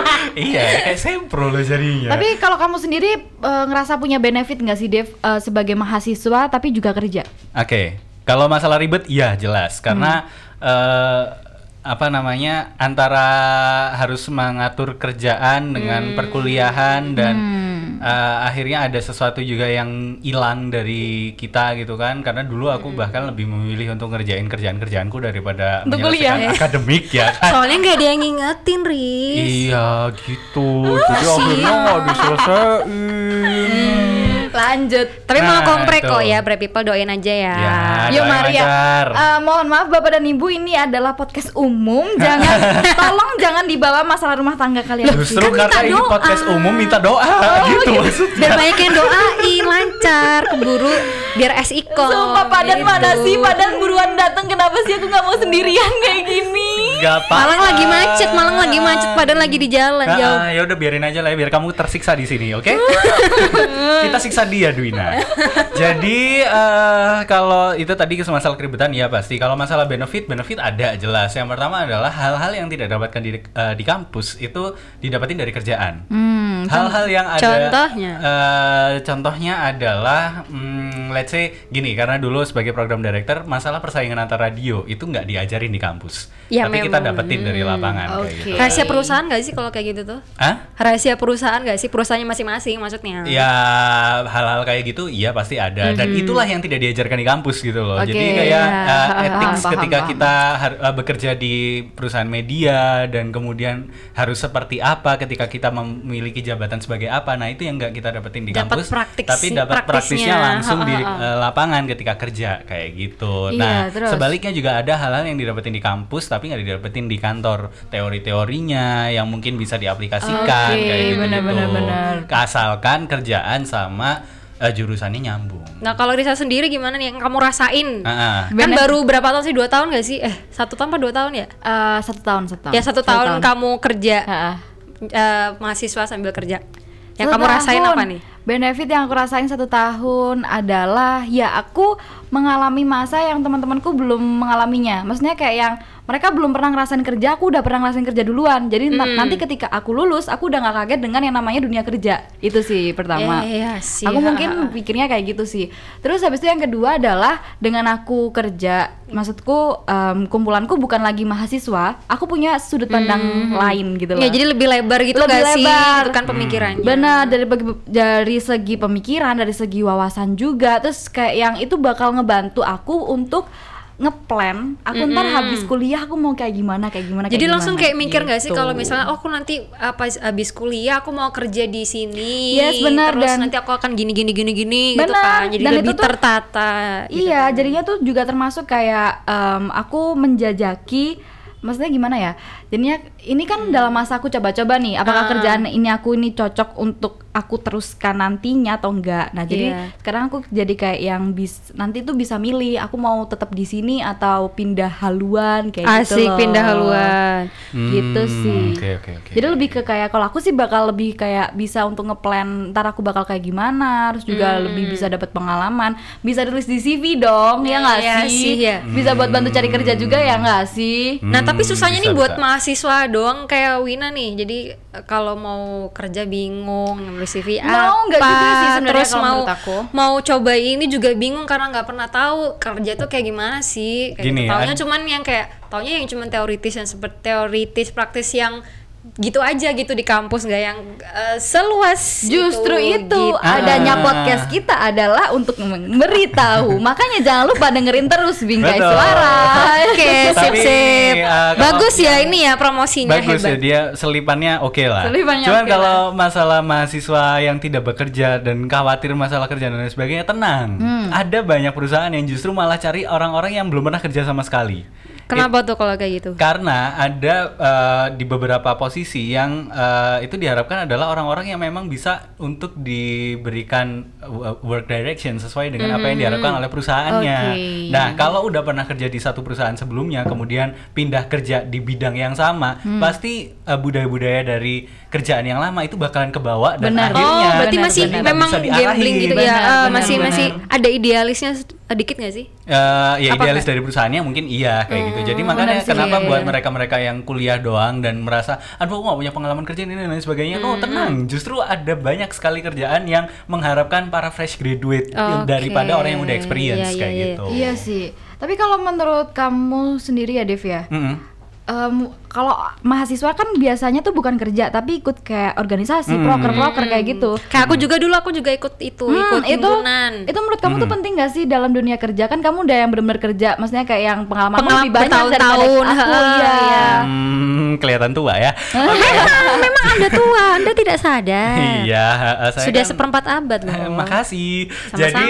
Speaker 4: Iya, kayak sempro loh jadinya.
Speaker 2: Tapi kalau kamu sendiri eh, ngerasa punya benefit nggak sih Dev eh, sebagai mahasiswa tapi juga kerja?
Speaker 4: Oke, kalau masalah ribet, iya jelas karena
Speaker 2: Hmm.
Speaker 4: eh, apa namanya antara harus mengatur kerjaan dengan
Speaker 3: Hmm.
Speaker 4: perkuliahan dan
Speaker 2: Hmm.
Speaker 4: uh, akhirnya ada sesuatu juga yang hilang dari kita gitu kan, karena dulu aku bahkan lebih memilih untuk ngerjain kerjaan-kerjaanku daripada
Speaker 2: Untuk
Speaker 4: menyelesaikan
Speaker 2: kuliah.
Speaker 4: akademik ya kan.
Speaker 3: Soalnya nggak ada yang ngingetin, Riz.
Speaker 4: Iya gitu, jadi akhirnya nggak diselesain.
Speaker 2: Lanjut.
Speaker 3: Tapi
Speaker 4: Nah,
Speaker 3: mau komprek
Speaker 4: itu.
Speaker 3: kok ya, Brave People doain aja ya.
Speaker 4: Ya,
Speaker 2: Yuk
Speaker 4: doain
Speaker 2: Maria,
Speaker 4: lancar.
Speaker 2: Eh, mohon maaf Bapak dan Ibu, ini adalah podcast umum. Jangan, tolong jangan dibawa masalah rumah tangga kalian.
Speaker 4: Justru
Speaker 3: Kan
Speaker 4: karena
Speaker 3: minta
Speaker 4: ini
Speaker 3: doa.
Speaker 4: podcast umum minta doa gitu maksudnya.
Speaker 3: Biar banyak yang doain lancar, keburu biar S I K O.
Speaker 2: Sumpah Padan
Speaker 3: gitu.
Speaker 2: mana sih? Padan buruan datang. Kenapa sih aku nggak mau sendirian kayak gini?
Speaker 4: Gak apa.
Speaker 3: Malang lagi macet, Malang lagi macet, Padan lagi di jalan jauh.
Speaker 4: Ya udah biarin aja lah ya, biar kamu tersiksa di sini, oke? Kita siksa dia, Dwina. Jadi eh, kalau itu tadi masalah keribetan ya pasti. Kalau masalah benefit, benefit ada jelas. Yang pertama adalah hal-hal yang tidak dapatkan di eh, di kampus itu didapatin dari kerjaan.
Speaker 2: Hmm,
Speaker 4: Hal-hal yang ada.
Speaker 3: Contohnya?
Speaker 4: eh, contohnya adalah, hmm, let's say gini, karena dulu sebagai program director, masalah persaingan antar radio itu nggak diajarin di kampus,
Speaker 3: Ya,
Speaker 4: tapi kita
Speaker 3: memang.
Speaker 4: dapetin dari lapangan kayak
Speaker 2: Oke.
Speaker 4: gitu.
Speaker 3: Rahasia perusahaan gak sih kalau kayak gitu tuh?
Speaker 4: Hah?
Speaker 3: Rahasia perusahaan gak sih? Perusahaannya masing-masing maksudnya.
Speaker 4: Ya hal-hal kayak gitu iya pasti ada, dan itulah yang tidak diajarkan di kampus gitu loh.
Speaker 2: Oke,
Speaker 4: Jadi kayak
Speaker 2: ya.
Speaker 4: uh,
Speaker 2: Paham,
Speaker 4: ethics
Speaker 2: paham,
Speaker 4: ketika
Speaker 2: paham.
Speaker 4: kita har- uh, bekerja di perusahaan media, dan kemudian harus seperti apa ketika kita memiliki jabatan sebagai apa. Nah itu yang nggak kita dapetin di
Speaker 3: Dapat
Speaker 4: kampus,
Speaker 3: praktik
Speaker 4: tapi
Speaker 3: sih,
Speaker 4: dapat praktisnya
Speaker 3: praktisnya.
Speaker 4: langsung di
Speaker 3: Ha, ha, ha.
Speaker 4: uh, lapangan ketika kerja kayak gitu.
Speaker 2: Iya,
Speaker 4: Nah
Speaker 2: terus?
Speaker 4: sebaliknya juga ada hal-hal yang didapetin di kampus tapi nggak didapetin di kantor, teori-teorinya yang mungkin bisa diaplikasikan
Speaker 2: Oke,
Speaker 4: kayak gitu.
Speaker 2: benar, benar, benar.
Speaker 4: Asalkan kerjaan sama eh, jurusannya nyambung.
Speaker 3: Nah kalau Risa sendiri gimana nih yang kamu rasain?
Speaker 4: Ah, ah.
Speaker 3: Kan
Speaker 2: Benef-
Speaker 3: baru berapa tahun sih? Dua tahun gak sih? Eh satu tahun apa dua tahun ya?
Speaker 2: Eh, satu tahun, satu tahun.
Speaker 3: Ya satu tahun, kamu kerja
Speaker 2: Ha-ha.
Speaker 3: eh, mahasiswa sambil kerja. Yang
Speaker 2: Satu
Speaker 3: kamu rasain
Speaker 2: tahun.
Speaker 3: apa nih?
Speaker 2: Benefit yang aku rasain satu tahun adalah ya aku mengalami masa yang teman-temanku belum mengalaminya. Maksudnya kayak yang mereka belum pernah ngerasain kerja, aku udah pernah ngerasain kerja duluan. Jadi na-
Speaker 3: Hmm.
Speaker 2: nanti ketika aku lulus, aku udah nggak kaget dengan yang namanya dunia kerja. Itu sih pertama.
Speaker 3: Eh, iya sih,
Speaker 2: Aku
Speaker 3: ha,
Speaker 2: mungkin
Speaker 3: ha.
Speaker 2: pikirnya kayak gitu sih. Terus habis itu yang kedua adalah dengan aku kerja, maksudku em, kumpulanku bukan lagi mahasiswa, aku punya sudut pandang lain gitu loh.
Speaker 3: Ya jadi lebih lebar gitu
Speaker 2: Lebih
Speaker 3: gak sih?
Speaker 2: lebar.
Speaker 3: Itu kan pemikirannya.
Speaker 2: Benar, dari bagi- dari segi pemikiran, dari segi wawasan juga. Terus kayak yang itu bakal ngebantu aku untuk ngeplan aku ntar habis kuliah aku mau kayak gimana kayak gimana
Speaker 3: Jadi
Speaker 2: kayak
Speaker 3: langsung
Speaker 2: gimana,
Speaker 3: kayak mikir gak sih
Speaker 2: gitu.
Speaker 3: kalau misalnya oh aku nanti apa habis kuliah aku mau kerja di sini.
Speaker 2: Yes, benar,
Speaker 3: Terus
Speaker 2: dan-
Speaker 3: nanti aku akan gini gini gini gini gitu
Speaker 2: Benar,
Speaker 3: kan. Jadi
Speaker 2: dan
Speaker 3: lebih
Speaker 2: itu tuh-
Speaker 3: tertata. gitu
Speaker 2: Iya,
Speaker 3: kan.
Speaker 2: jadinya tuh juga termasuk kayak em, aku menjajaki, maksudnya gimana ya? Jadinya ini kan dalam masa aku coba-coba nih, apakah
Speaker 3: Ah.
Speaker 2: kerjaan ini aku ini cocok untuk aku teruskan nantinya atau enggak. Nah, jadi
Speaker 3: Iya.
Speaker 2: sekarang aku jadi kayak yang bis nanti tuh bisa milih aku mau tetap di sini atau pindah haluan kayak gitu
Speaker 3: Asik
Speaker 2: loh.
Speaker 3: pindah haluan.
Speaker 2: Gitu
Speaker 4: Hmm,
Speaker 2: sih.
Speaker 4: Oke oke oke.
Speaker 2: Jadi lebih ke kayak kalau aku sih bakal lebih kayak bisa untuk ngeplan ntar aku bakal kayak gimana, terus juga
Speaker 3: Hmm.
Speaker 2: lebih bisa dapat pengalaman, bisa tulis di C V dong, ya nggak
Speaker 3: Iya
Speaker 2: sih?
Speaker 3: sih, ya.
Speaker 2: Bisa buat bantu cari kerja juga ya nggak sih?
Speaker 3: Nah tapi
Speaker 4: Hmm,
Speaker 3: susahnya
Speaker 4: bisa,
Speaker 3: nih buat
Speaker 4: bisa.
Speaker 3: mahasiswa doang kayak Wina nih. Jadi eh, kalau mau kerja bingung nulis C V
Speaker 2: No,
Speaker 3: apa,
Speaker 2: nggak juga sih sebenarnya
Speaker 3: terus
Speaker 2: kalau
Speaker 3: mau
Speaker 2: menurut aku.
Speaker 3: mau coba ini juga bingung karena nggak pernah tahu kerja tuh kayak gimana sih. Kayak
Speaker 4: Gini,
Speaker 3: gitu. Taunya
Speaker 4: ad-
Speaker 3: cuman yang kayak taunya yang cuman teoritis yang seperti teoritis praktis yang gitu aja gitu di kampus nggak yang eh, seluas
Speaker 2: Justru itu
Speaker 3: gitu.
Speaker 2: adanya
Speaker 4: Ah.
Speaker 2: podcast kita adalah untuk memberitahu. Makanya jangan lupa dengerin terus Bingkai
Speaker 4: Betul.
Speaker 2: Suara.
Speaker 3: Oke, sip
Speaker 4: Tapi,
Speaker 3: sip.
Speaker 4: uh, kalau
Speaker 3: Bagus ya
Speaker 4: yang-
Speaker 3: ini ya promosinya
Speaker 4: Bagus ya,
Speaker 3: hebat.
Speaker 4: dia selipannya oke lah.
Speaker 2: Selipannya
Speaker 4: Cuman
Speaker 2: oke
Speaker 4: kalau masalah mahasiswa yang tidak bekerja dan khawatir masalah kerja dan lain sebagainya, tenang.
Speaker 2: Hmm.
Speaker 4: Ada banyak perusahaan yang justru malah cari orang-orang yang belum pernah kerja sama sekali.
Speaker 3: Kenapa tuh kalau kayak gitu?
Speaker 4: Karena ada uh, di beberapa posisi yang uh, itu diharapkan adalah orang-orang yang memang bisa untuk diberikan uh, work direction sesuai dengan apa yang diharapkan oleh perusahaannya.
Speaker 2: Oke.
Speaker 4: Nah, kalau udah pernah kerja di satu perusahaan sebelumnya, kemudian pindah kerja di bidang yang sama, pasti uh, budaya-budaya dari kerjaan yang lama itu bakalan kebawa dan
Speaker 2: Benar.
Speaker 4: akhirnya
Speaker 3: Oh, berarti
Speaker 2: benar,
Speaker 3: masih
Speaker 2: benar.
Speaker 3: memang
Speaker 4: bisa diarahin.
Speaker 3: gambling gitu ya.
Speaker 2: Benar,
Speaker 3: Eh,
Speaker 2: benar,
Speaker 3: masih
Speaker 2: benar.
Speaker 3: masih ada idealisnya sedikit nggak sih?
Speaker 4: Eh, ya
Speaker 3: Apa
Speaker 4: idealis
Speaker 3: kayak-
Speaker 4: dari perusahaannya mungkin iya kayak gitu. Jadi
Speaker 3: Oh,
Speaker 4: makanya
Speaker 2: benar sih,
Speaker 4: kenapa
Speaker 2: iya,
Speaker 4: buat
Speaker 2: iya.
Speaker 4: mereka-mereka yang kuliah doang dan merasa aduh aku nggak punya pengalaman kerja ini dan lain sebagainya.
Speaker 3: Hmm,
Speaker 4: Oh tenang, justru ada banyak sekali kerjaan yang mengharapkan para fresh graduate
Speaker 3: Oke.
Speaker 4: daripada orang yang udah experience
Speaker 3: Iya,
Speaker 4: kayak
Speaker 3: iya, iya.
Speaker 4: gitu.
Speaker 2: Iya sih. Tapi kalau menurut kamu sendiri ya Dev ya,
Speaker 4: Mm-mm.
Speaker 2: Um, kalau mahasiswa kan biasanya tuh bukan kerja tapi ikut kayak organisasi,
Speaker 4: Hmm.
Speaker 2: proker-proker kayak gitu.
Speaker 3: Kayak aku juga dulu aku juga ikut itu,
Speaker 2: Hmm,
Speaker 3: ikut
Speaker 2: itu
Speaker 3: himpunan.
Speaker 2: itu menurut kamu tuh penting gak sih dalam dunia kerja? Kan kamu udah yang benar-benar kerja, maksudnya kayak yang pengalaman
Speaker 3: Pengalaman
Speaker 2: lebih banyak daripada
Speaker 3: bertahun-tahun.
Speaker 2: aku.
Speaker 3: Heeh,
Speaker 2: Iya, iya.
Speaker 4: Hmm, kelihatan tua ya.
Speaker 3: Memang Anda tua, Anda tidak sadar.
Speaker 4: Iya, eh, saya
Speaker 3: Sudah
Speaker 4: kan-
Speaker 3: seperempat abad loh.
Speaker 4: Eh, Makasih.
Speaker 3: Sama-sama.
Speaker 4: Jadi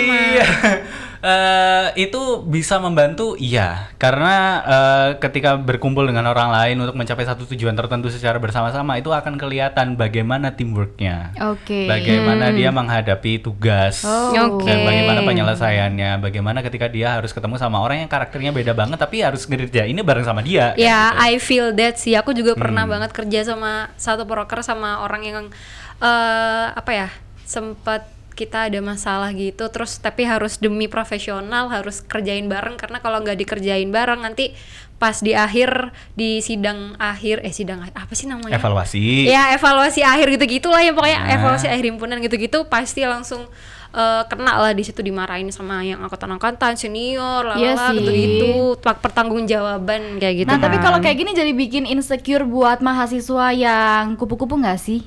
Speaker 4: eh, itu bisa membantu, iya, karena eh, ketika berkumpul dengan orang lain untuk mencapai satu tujuan tertentu secara bersama-sama itu akan kelihatan bagaimana teamworknya,
Speaker 2: Oke.
Speaker 4: bagaimana dia menghadapi tugas,
Speaker 2: Oh.
Speaker 3: Oke.
Speaker 4: dan bagaimana penyelesaiannya, bagaimana ketika dia harus ketemu sama orang yang karakternya beda banget tapi harus ngerjainnya bareng sama dia.
Speaker 3: Ya,
Speaker 4: kayak gitu.
Speaker 3: I feel that sih. Aku juga pernah
Speaker 4: Hmm.
Speaker 3: banget kerja sama satu broker sama orang yang eh apa ya, sempat kita ada masalah gitu, terus tapi harus demi profesional harus kerjain bareng, karena kalau nggak dikerjain bareng nanti pas di akhir di sidang akhir eh sidang akhir apa sih namanya?
Speaker 4: Evaluasi.
Speaker 3: Ya evaluasi akhir gitu gitulah ya pokoknya,
Speaker 4: Nah.
Speaker 3: evaluasi akhir himpunan gitu-gitu pasti langsung eh, kena lah di situ, dimarahin sama yang angkatan-angkatan senior lah
Speaker 2: Iya sih.
Speaker 3: gitu-gitu, pertanggungjawaban kayak gitu.
Speaker 2: Nah, tapi
Speaker 3: kan.
Speaker 2: kalau kayak gini jadi bikin insecure buat mahasiswa yang kupu-kupu nggak sih?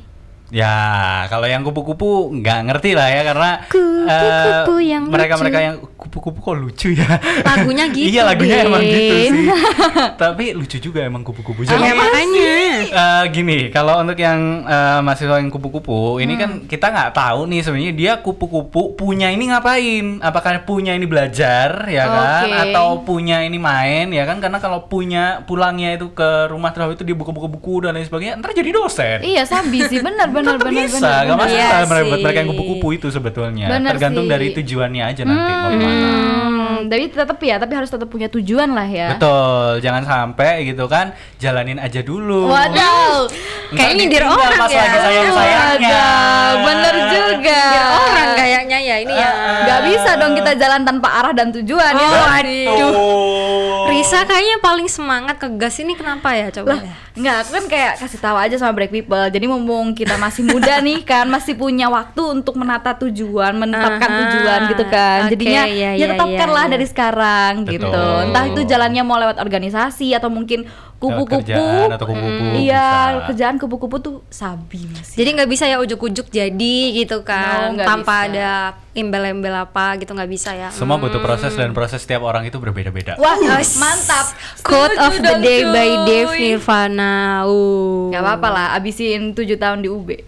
Speaker 4: Ya, kalau yang kupu-kupu nggak ngerti lah ya, karena
Speaker 3: Kupu-kupu
Speaker 4: eh,
Speaker 3: yang
Speaker 4: mereka-mereka
Speaker 3: lucu.
Speaker 4: yang kupu-kupu kok lucu ya.
Speaker 3: Lagunya gitu,
Speaker 4: Iya, lagunya emang gitu
Speaker 3: Din.
Speaker 4: sih. Tapi lucu juga emang kupu-kupu.
Speaker 3: Ya,
Speaker 4: Jadi
Speaker 3: makanya.
Speaker 4: eh, gini, kalau untuk yang eh, mahasiswa yang kupu-kupu, ini kan kita nggak tahu nih sebenarnya dia kupu-kupu punya ini ngapain? Apakah punya ini belajar ya kan,
Speaker 2: Oke.
Speaker 4: atau punya ini main ya kan? Karena kalau punya pulangnya itu ke rumah terus itu dia buka-buka buku dan lain sebagainya, ntar jadi dosen.
Speaker 2: Iya, sabi sih, benar benar
Speaker 4: Tetap
Speaker 2: benar
Speaker 4: bisa,
Speaker 2: benar.
Speaker 4: nggak
Speaker 2: benar.
Speaker 4: masalah
Speaker 3: Iya
Speaker 4: mereka
Speaker 3: sih.
Speaker 4: mereka yang kupu-kupu itu sebetulnya.
Speaker 2: Bener
Speaker 4: Tergantung
Speaker 2: sih.
Speaker 4: dari tujuannya aja nanti mau kemana.
Speaker 2: Hmm, tapi tetap ya, tapi harus tetap punya tujuan lah ya.
Speaker 4: Betul, jangan sampai gitu kan, jalanin aja dulu.
Speaker 2: Waduh.
Speaker 4: Ntar
Speaker 3: Kayak nyindir
Speaker 4: ditinggal
Speaker 3: orang
Speaker 4: pas
Speaker 3: ya.
Speaker 4: lagi sayang-sayangnya.
Speaker 2: Waduh, bener juga.
Speaker 3: Nyindir orang kayaknya ya ini ya.
Speaker 2: Gak bisa dong kita jalan tanpa arah dan tujuan.
Speaker 3: Oh,
Speaker 2: ya.
Speaker 3: aduh.
Speaker 4: Tuh.
Speaker 3: Risa kayaknya paling semangat ke gas ini kenapa ya coba?
Speaker 2: Lah, enggak, aku kan kayak kasih tahu aja sama Break People. Jadi mumpung kita masih muda nih kan, masih punya waktu untuk menata tujuan, menetapkan
Speaker 3: Aha,
Speaker 2: tujuan gitu kan.
Speaker 3: oke,
Speaker 2: Jadinya
Speaker 3: iya,
Speaker 2: ya
Speaker 3: iya,
Speaker 2: tetapkanlah
Speaker 3: iya, iya.
Speaker 2: dari sekarang gitu.
Speaker 4: Betul.
Speaker 2: Entah itu jalannya mau lewat organisasi atau mungkin kupu-kupu.
Speaker 4: Kerjaan atau kupu-kupu
Speaker 2: Iya,
Speaker 4: bisa.
Speaker 2: kerjaan kupu-kupu tuh sabi masih.
Speaker 3: Jadi nggak bisa ya ujuk-ujuk jadi gitu kan,
Speaker 2: No, nggak
Speaker 3: tanpa
Speaker 2: bisa.
Speaker 3: ada embel-embel apa gitu, nggak bisa ya.
Speaker 4: Semua butuh proses dan proses setiap orang itu berbeda-beda.
Speaker 2: Wah,
Speaker 3: Yes.
Speaker 2: mantap.
Speaker 3: Quote
Speaker 2: Setuju
Speaker 3: of the
Speaker 2: dong,
Speaker 3: day by
Speaker 2: cuy.
Speaker 3: Dave Nirvana. Uh.
Speaker 2: Gak apa-apa lah, abisin tujuh tahun di U B.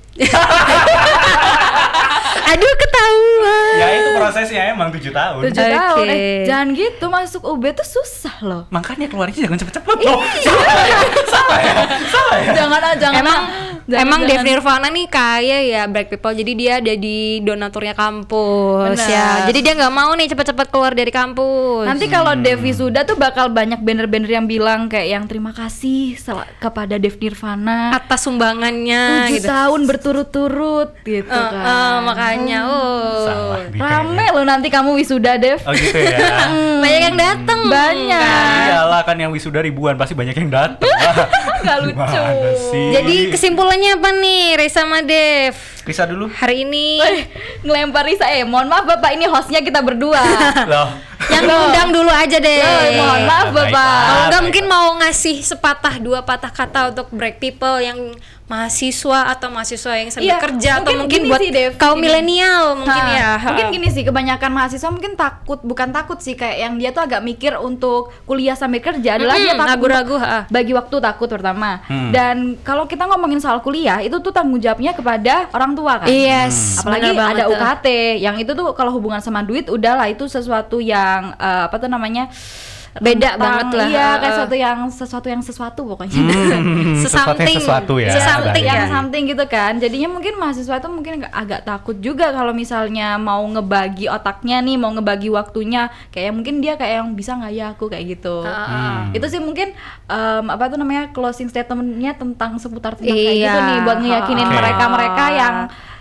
Speaker 3: Aduh ketahuan.
Speaker 4: Ya itu prosesnya emang tujuh tahun.
Speaker 2: tujuh
Speaker 3: Oke.
Speaker 2: tahun. Eh, jangan gitu, masuk U B tuh susah loh.
Speaker 4: Makanya keluarnya jangan cepet-cepet loh. Salah ya? Salah ya? Salah ya?
Speaker 2: Jangan ah, jangan.
Speaker 3: Emang
Speaker 2: ah. Jangan,
Speaker 3: emang
Speaker 2: jangan.
Speaker 3: Dave Nirvana nih kaya ya Black People, jadi dia ada di donaturnya kampus
Speaker 2: Benar.
Speaker 3: ya. Jadi dia nggak mau nih cepet-cepet keluar dari kampus.
Speaker 2: Nanti kalau Devi sudah tuh bakal banyak banner-banner yang bilang kayak yang terima kasih sel- kepada Dev Nirvana
Speaker 3: atas sumbangannya
Speaker 2: tujuh
Speaker 3: gitu.
Speaker 2: tahun berturut-turut gitu
Speaker 3: Eh,
Speaker 2: kan.
Speaker 3: eh, makanya oh
Speaker 4: Salah nih
Speaker 2: Rame
Speaker 4: kayaknya.
Speaker 2: loh nanti kamu wisuda Dev.
Speaker 4: Oh gitu ya.
Speaker 3: banyak yang datang.
Speaker 2: Banyak.
Speaker 4: Nah, iyalah kan yang wisuda ribuan pasti banyak yang datang.
Speaker 2: Nggak lucu.
Speaker 4: Gimana sih?
Speaker 3: Jadi kesimpulannya apa nih Risa sama Dev
Speaker 4: Risa dulu.
Speaker 3: hari ini?
Speaker 2: Eh, ngelempar Risa, eh mohon maaf Bapak, ini hostnya kita berdua.
Speaker 4: Loh.
Speaker 3: Yang diundang dulu aja deh.
Speaker 2: Eh, mohon maaf
Speaker 4: Baik,
Speaker 2: Bapak.
Speaker 4: Pak.
Speaker 3: Kalau enggak
Speaker 4: Baik,
Speaker 3: mungkin
Speaker 4: Pak.
Speaker 3: mau ngasih sepatah dua patah kata untuk break people yang mahasiswa atau mahasiswa yang sedang
Speaker 2: Iya,
Speaker 3: kerja atau
Speaker 2: mungkin
Speaker 3: mungkin
Speaker 2: gini
Speaker 3: buat
Speaker 2: sih, Dev,
Speaker 3: kaum
Speaker 2: gini.
Speaker 3: milenial mungkin
Speaker 2: Nah,
Speaker 3: ya.
Speaker 2: mungkin gini sih, kebanyakan mahasiswa mungkin takut, bukan takut sih, kayak yang dia tuh agak mikir untuk kuliah sambil kerja adalah dia
Speaker 3: Mm-mm,
Speaker 2: takut
Speaker 3: ragu-ragu,
Speaker 2: untuk
Speaker 3: ha.
Speaker 2: bagi waktu, takut pertama.
Speaker 4: Hmm.
Speaker 2: Dan kalau kita ngomongin soal kuliah itu tuh tanggung jawabnya kepada orang tua kan.
Speaker 3: Yes,
Speaker 2: Apalagi
Speaker 3: bener banget
Speaker 2: ada
Speaker 3: tuh.
Speaker 2: U K T yang itu tuh kalau hubungan sama duit udahlah itu sesuatu yang eh, apa tuh namanya
Speaker 3: Beda
Speaker 2: rentang,
Speaker 3: banget lah.
Speaker 2: Iya, kayak
Speaker 3: Uh-uh.
Speaker 2: sesuatu yang sesuatu yang sesuatu pokoknya.
Speaker 4: Hmm, sesuatu yang
Speaker 3: Sesamting.
Speaker 4: sesuatu ya.
Speaker 3: Sesamting
Speaker 2: yang
Speaker 3: ya.
Speaker 2: something gitu kan. Jadinya mungkin mahasiswa itu mungkin agak- agak takut juga kalau misalnya mau ngebagi otaknya nih, mau ngebagi waktunya, kayak mungkin dia kayak yang bisa nggak ya aku kayak gitu.
Speaker 3: Ah.
Speaker 2: Itu sih mungkin em, apa tuh namanya closing statementnya tentang seputar tentang kayak
Speaker 3: Iya.
Speaker 2: gitu nih buat ngeyakinin
Speaker 4: Oke.
Speaker 2: mereka-mereka yang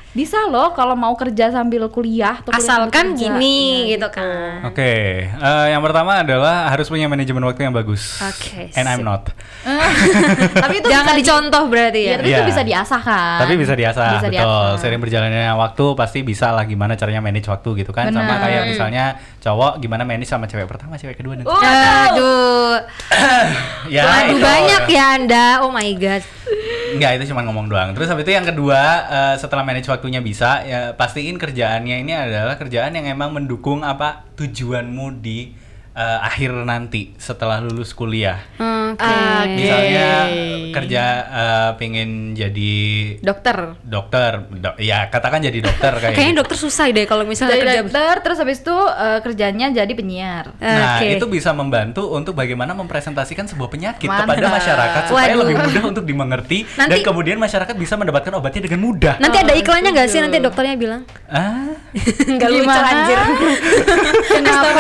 Speaker 2: bisa loh kalau mau kerja sambil kuliah atau kuliah sambil
Speaker 3: Asalkan
Speaker 2: kerja.
Speaker 3: gini
Speaker 2: Iya,
Speaker 3: gitu kan.
Speaker 4: Oke, eh, yang pertama adalah harus punya manajemen waktu yang bagus.
Speaker 3: Oke,
Speaker 4: And I'm
Speaker 3: sip.
Speaker 4: not.
Speaker 2: Tapi itu
Speaker 3: Jangan
Speaker 2: bisa di-
Speaker 3: dicontoh berarti
Speaker 2: Iya,
Speaker 3: ya.
Speaker 2: tapi itu
Speaker 4: Iya.
Speaker 2: bisa diasah kan.
Speaker 4: Tapi bisa diasah,
Speaker 2: Bisa
Speaker 4: betul.
Speaker 2: diasah.
Speaker 4: Sering berjalannya waktu pasti bisa lah gimana caranya manage waktu gitu kan. Sama
Speaker 2: Benar.
Speaker 4: kayak misalnya cowok gimana manage sama cewek pertama, cewek kedua dan
Speaker 2: Oh,
Speaker 3: Aduh,
Speaker 4: ya
Speaker 3: aduh
Speaker 4: itu.
Speaker 3: banyak ya Anda. Oh my god.
Speaker 4: Enggak, itu cuma ngomong doang. Terus habis itu yang kedua, eh, setelah manage waktunya bisa, ya pastiin kerjaannya ini adalah kerjaan yang emang mendukung apa tujuanmu di eh, akhir nanti setelah lulus kuliah.
Speaker 3: Oke.
Speaker 2: Oke.
Speaker 4: Misalnya kerja eh, pengen jadi
Speaker 2: dokter.
Speaker 4: dokter, do- ya katakan jadi dokter kayak
Speaker 3: Kayaknya
Speaker 4: gitu.
Speaker 3: dokter susah deh kalau misalnya
Speaker 2: Jadi
Speaker 3: kerja.
Speaker 2: dokter, terus habis itu eh, kerjanya jadi penyiar.
Speaker 4: Nah,
Speaker 3: Oke.
Speaker 4: itu bisa membantu untuk bagaimana mempresentasikan sebuah penyakit
Speaker 2: Mantap.
Speaker 4: kepada masyarakat supaya
Speaker 3: Waduh.
Speaker 4: lebih mudah untuk dimengerti dan
Speaker 3: Nanti-
Speaker 4: kemudian masyarakat bisa mendapatkan obatnya dengan mudah.
Speaker 3: Nanti ada
Speaker 2: Oh,
Speaker 3: iklannya nggak sih?
Speaker 2: gitu.
Speaker 3: Nanti dokternya bilang
Speaker 4: Ah,
Speaker 3: nggak lucu
Speaker 2: Gimana?
Speaker 3: anjir.
Speaker 2: Kenapa?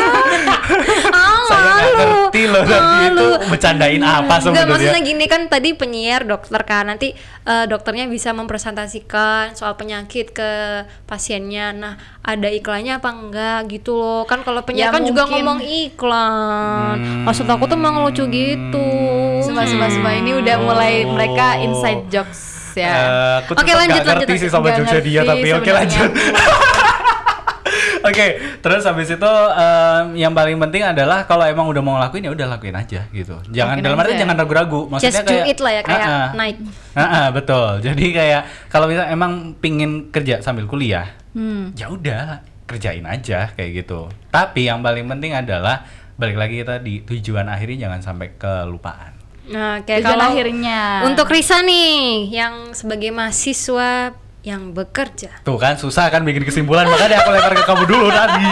Speaker 4: saya nggak ngerti loh tadi itu bercandain apa
Speaker 3: Enggak,
Speaker 4: sebenarnya.
Speaker 3: maksudnya gini kan tadi penyiar dokter kan, nanti eh, dokternya bisa mempresentasikan soal penyakit ke pasiennya. Nah, ada iklannya apa enggak gitu loh. Kan kalau penyiar
Speaker 2: Ya,
Speaker 3: kan juga
Speaker 2: mungkin.
Speaker 3: ngomong iklan.
Speaker 4: Hmm.
Speaker 3: Maksud aku tuh emang lucu gitu.
Speaker 2: Semua-semua ini udah mulai mereka inside jokes ya.
Speaker 4: Eh, aku
Speaker 3: Oke,
Speaker 4: tetap
Speaker 3: lanjut,
Speaker 4: nggak
Speaker 3: lanjut,
Speaker 4: ngerti
Speaker 3: lanjut.
Speaker 4: sih sama
Speaker 2: Nggak
Speaker 4: jokesnya dia
Speaker 2: ngerti
Speaker 4: tapi oke
Speaker 2: sebenarnya.
Speaker 4: lanjut. Oke, terus habis itu em, yang paling penting adalah kalau emang udah mau ngelakuin ya udah lakuin aja gitu. Jangan
Speaker 2: Lakuin
Speaker 4: dalam arti
Speaker 2: aja.
Speaker 4: jangan ragu-ragu. Maksudnya
Speaker 3: Just do
Speaker 4: kayak
Speaker 3: it lah ya, kayak
Speaker 4: Ah-ah.
Speaker 3: Nike.
Speaker 4: Ah-ah, betul. Jadi kayak kalau misalnya emang pingin kerja sambil kuliah,
Speaker 2: Hmm.
Speaker 4: ya udah kerjain aja kayak gitu. Tapi yang paling penting adalah balik lagi kita di tujuan akhirnya jangan sampai kelupaan.
Speaker 3: Nah, kayak
Speaker 2: Tujuan
Speaker 3: kalau
Speaker 2: akhirnya.
Speaker 3: untuk Risa nih yang sebagai mahasiswa yang bekerja.
Speaker 4: Tuh kan susah kan bikin kesimpulan, makanya aku lempar ke kamu dulu tadi.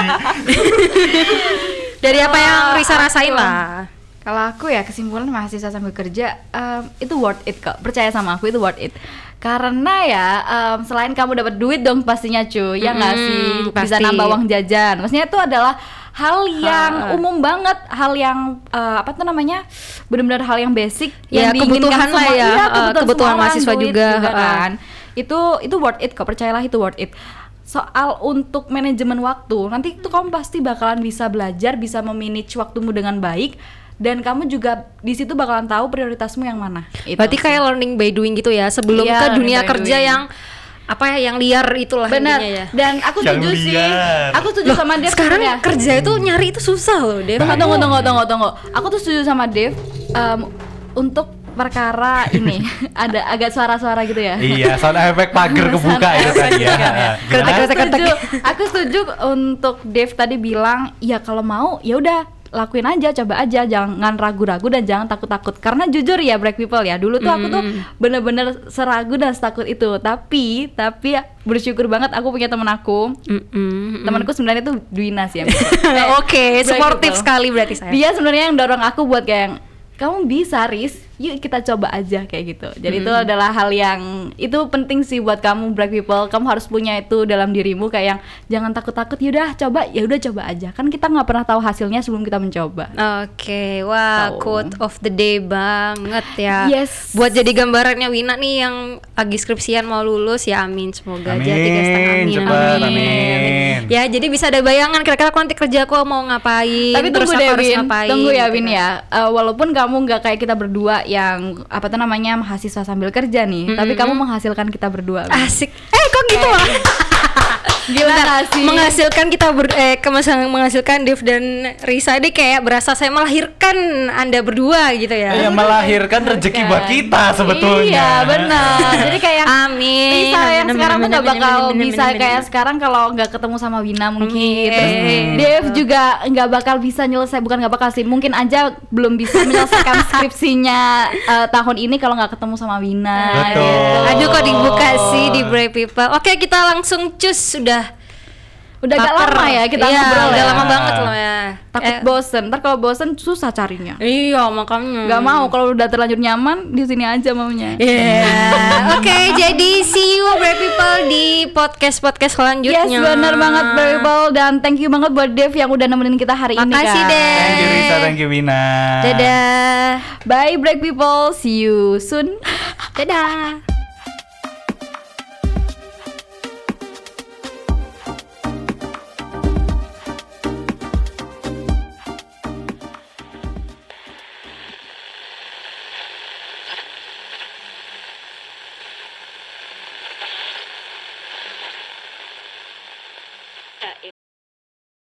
Speaker 3: Dari apa yang Risa
Speaker 2: Kalau
Speaker 3: rasain
Speaker 2: aku-
Speaker 3: lah.
Speaker 2: Kalau aku ya kesimpulan mahasiswa sambil kerja em, itu worth it kok. Percaya sama aku itu worth it. Karena ya em, selain kamu dapat duit dong pastinya cuy, ya nggak
Speaker 3: Mm-mm,
Speaker 2: sih bisa
Speaker 3: pasti.
Speaker 2: nambah uang jajan. Maksudnya itu adalah hal yang
Speaker 3: Ha.
Speaker 2: umum banget, hal yang eh, apa tuh namanya benar-benar hal yang basic
Speaker 3: Ya,
Speaker 2: yang diinginkan
Speaker 3: kebutuhan lah
Speaker 2: semua-
Speaker 3: ya,
Speaker 2: iya,
Speaker 3: eh, kebutuhan
Speaker 2: semua orang,
Speaker 3: mahasiswa
Speaker 2: duit
Speaker 3: juga, ha.
Speaker 2: kan. Itu itu worth it kok, percayalah itu worth it. Soal untuk manajemen waktu, nanti itu kamu pasti bakalan bisa belajar, bisa memanage waktumu dengan baik, dan kamu juga di situ bakalan tahu prioritasmu yang mana. Itu
Speaker 3: Berarti kayak learning by doing gitu ya, sebelum
Speaker 2: Iya,
Speaker 3: ke
Speaker 2: learning
Speaker 3: dunia
Speaker 2: by
Speaker 3: kerja
Speaker 2: doing.
Speaker 3: yang apa ya, yang liar itulah
Speaker 2: benar.
Speaker 3: intinya ya.
Speaker 2: Dan aku
Speaker 4: Yang
Speaker 2: setuju sih,
Speaker 4: liar.
Speaker 2: aku setuju sama Dev.
Speaker 3: Sekarang
Speaker 2: sebenarnya.
Speaker 3: kerja itu nyari itu susah loh, Dev.
Speaker 2: Tunggu, tunggu, tunggu, tunggu, tunggu. Aku tuh setuju sama Dev em, untuk perkara ini ada agak suara-suara gitu ya.
Speaker 4: Iya, sound effect pagar kebuka itu tadi ya. Gimana?
Speaker 3: Kretek-kretek.
Speaker 2: Setuju. Aku setuju untuk Dev tadi bilang, ya kalau mau ya udah lakuin aja, coba aja, jangan ragu-ragu dan jangan takut-takut. Karena jujur ya Black People ya, dulu tuh aku tuh bener-bener seragu dan setakut itu. Tapi tapi bersyukur banget aku punya temen aku.
Speaker 3: Mm-mm.
Speaker 2: Temanku sebenarnya tuh Dwina sih yang
Speaker 3: Oke,
Speaker 2: Black
Speaker 3: sportif
Speaker 2: People.
Speaker 3: sekali berarti saya.
Speaker 2: Dia sebenarnya yang dorong aku buat kayak yang, kamu bisa Riz, yuk kita coba aja kayak gitu. Jadi itu adalah hal yang itu penting sih buat kamu Black People. Kamu harus punya itu dalam dirimu kayak yang jangan takut-takut. Yaudah coba, ya udah coba aja. Kan kita nggak pernah tahu hasilnya sebelum kita mencoba.
Speaker 3: Oke, wah,
Speaker 2: Tahu.
Speaker 3: quote of the day banget ya.
Speaker 2: Yes.
Speaker 3: Buat jadi gambarannya Wina nih yang lagi skripsian mau lulus ya, amin semoga aja tiga setengah
Speaker 4: Amin,
Speaker 3: amin.
Speaker 4: cepat, amin.
Speaker 3: Ya, jadi bisa ada bayangan kira-kira aku nanti kerja aku mau ngapain.
Speaker 2: Tapi
Speaker 3: terus
Speaker 2: tunggu
Speaker 3: aku
Speaker 2: deh
Speaker 3: harus
Speaker 2: Win,
Speaker 3: ngapain,
Speaker 2: tunggu ya
Speaker 3: gitu
Speaker 2: Win
Speaker 3: kan.
Speaker 2: ya. Eh, walaupun kamu nggak kayak kita berdua yang apa tuh namanya mahasiswa sambil kerja nih, tapi kamu menghasilkan kita berdua. Win.
Speaker 3: Asik. Eh, kok gitu lah?
Speaker 2: Gila nggak sih?
Speaker 3: Menghasilkan kita ber, eh kemas- menghasilkan Dev dan Risa deh kayak berasa saya melahirkan Anda berdua gitu ya.
Speaker 4: Yang melahirkan rezeki buat kita sebetulnya.
Speaker 2: Iya benar. Jadi kayak yang
Speaker 3: Amin.
Speaker 2: Risa yang
Speaker 3: Amin,
Speaker 2: sekarang tuh
Speaker 3: amin,
Speaker 2: nggak
Speaker 3: amin,
Speaker 2: bakal
Speaker 3: amin, amin,
Speaker 2: bisa
Speaker 3: amin,
Speaker 2: kayak
Speaker 3: amin.
Speaker 2: sekarang kalau nggak ketemu sama Wina mungkin.
Speaker 3: Oke.
Speaker 2: Terus Dev juga nggak bakal bisa nyelesai, bukan nggak bakal sih, mungkin aja belum bisa menyelesaikan skripsinya eh, tahun ini kalau nggak ketemu sama Wina.
Speaker 4: Betul.
Speaker 2: gitu.
Speaker 3: Aduh, kok dibuka sih di Brave People. Oke, kita langsung cus sudah.
Speaker 2: Udah agak
Speaker 3: baper.
Speaker 2: lama ya kita
Speaker 3: Iya,
Speaker 2: ngobrol
Speaker 3: udah
Speaker 2: ya.
Speaker 3: lama banget loh ya.
Speaker 2: Takut
Speaker 3: Eh,
Speaker 2: bosen. Ntar kalau bosen susah carinya.
Speaker 3: Iya, makanya.
Speaker 2: Nggak mau kalau udah terlanjur nyaman di sini aja maunya.
Speaker 3: Iya. Oke, jadi see you Brave People di podcast-podcast selanjutnya.
Speaker 2: Yes, benar banget Brable, dan thank you banget buat Dev yang udah nemenin kita hari ini kan.
Speaker 3: Makasih, Dev.
Speaker 4: Thank you Risa, thank you Wina.
Speaker 3: Dadah.
Speaker 2: Bye Black People, see you soon.
Speaker 3: Dadah.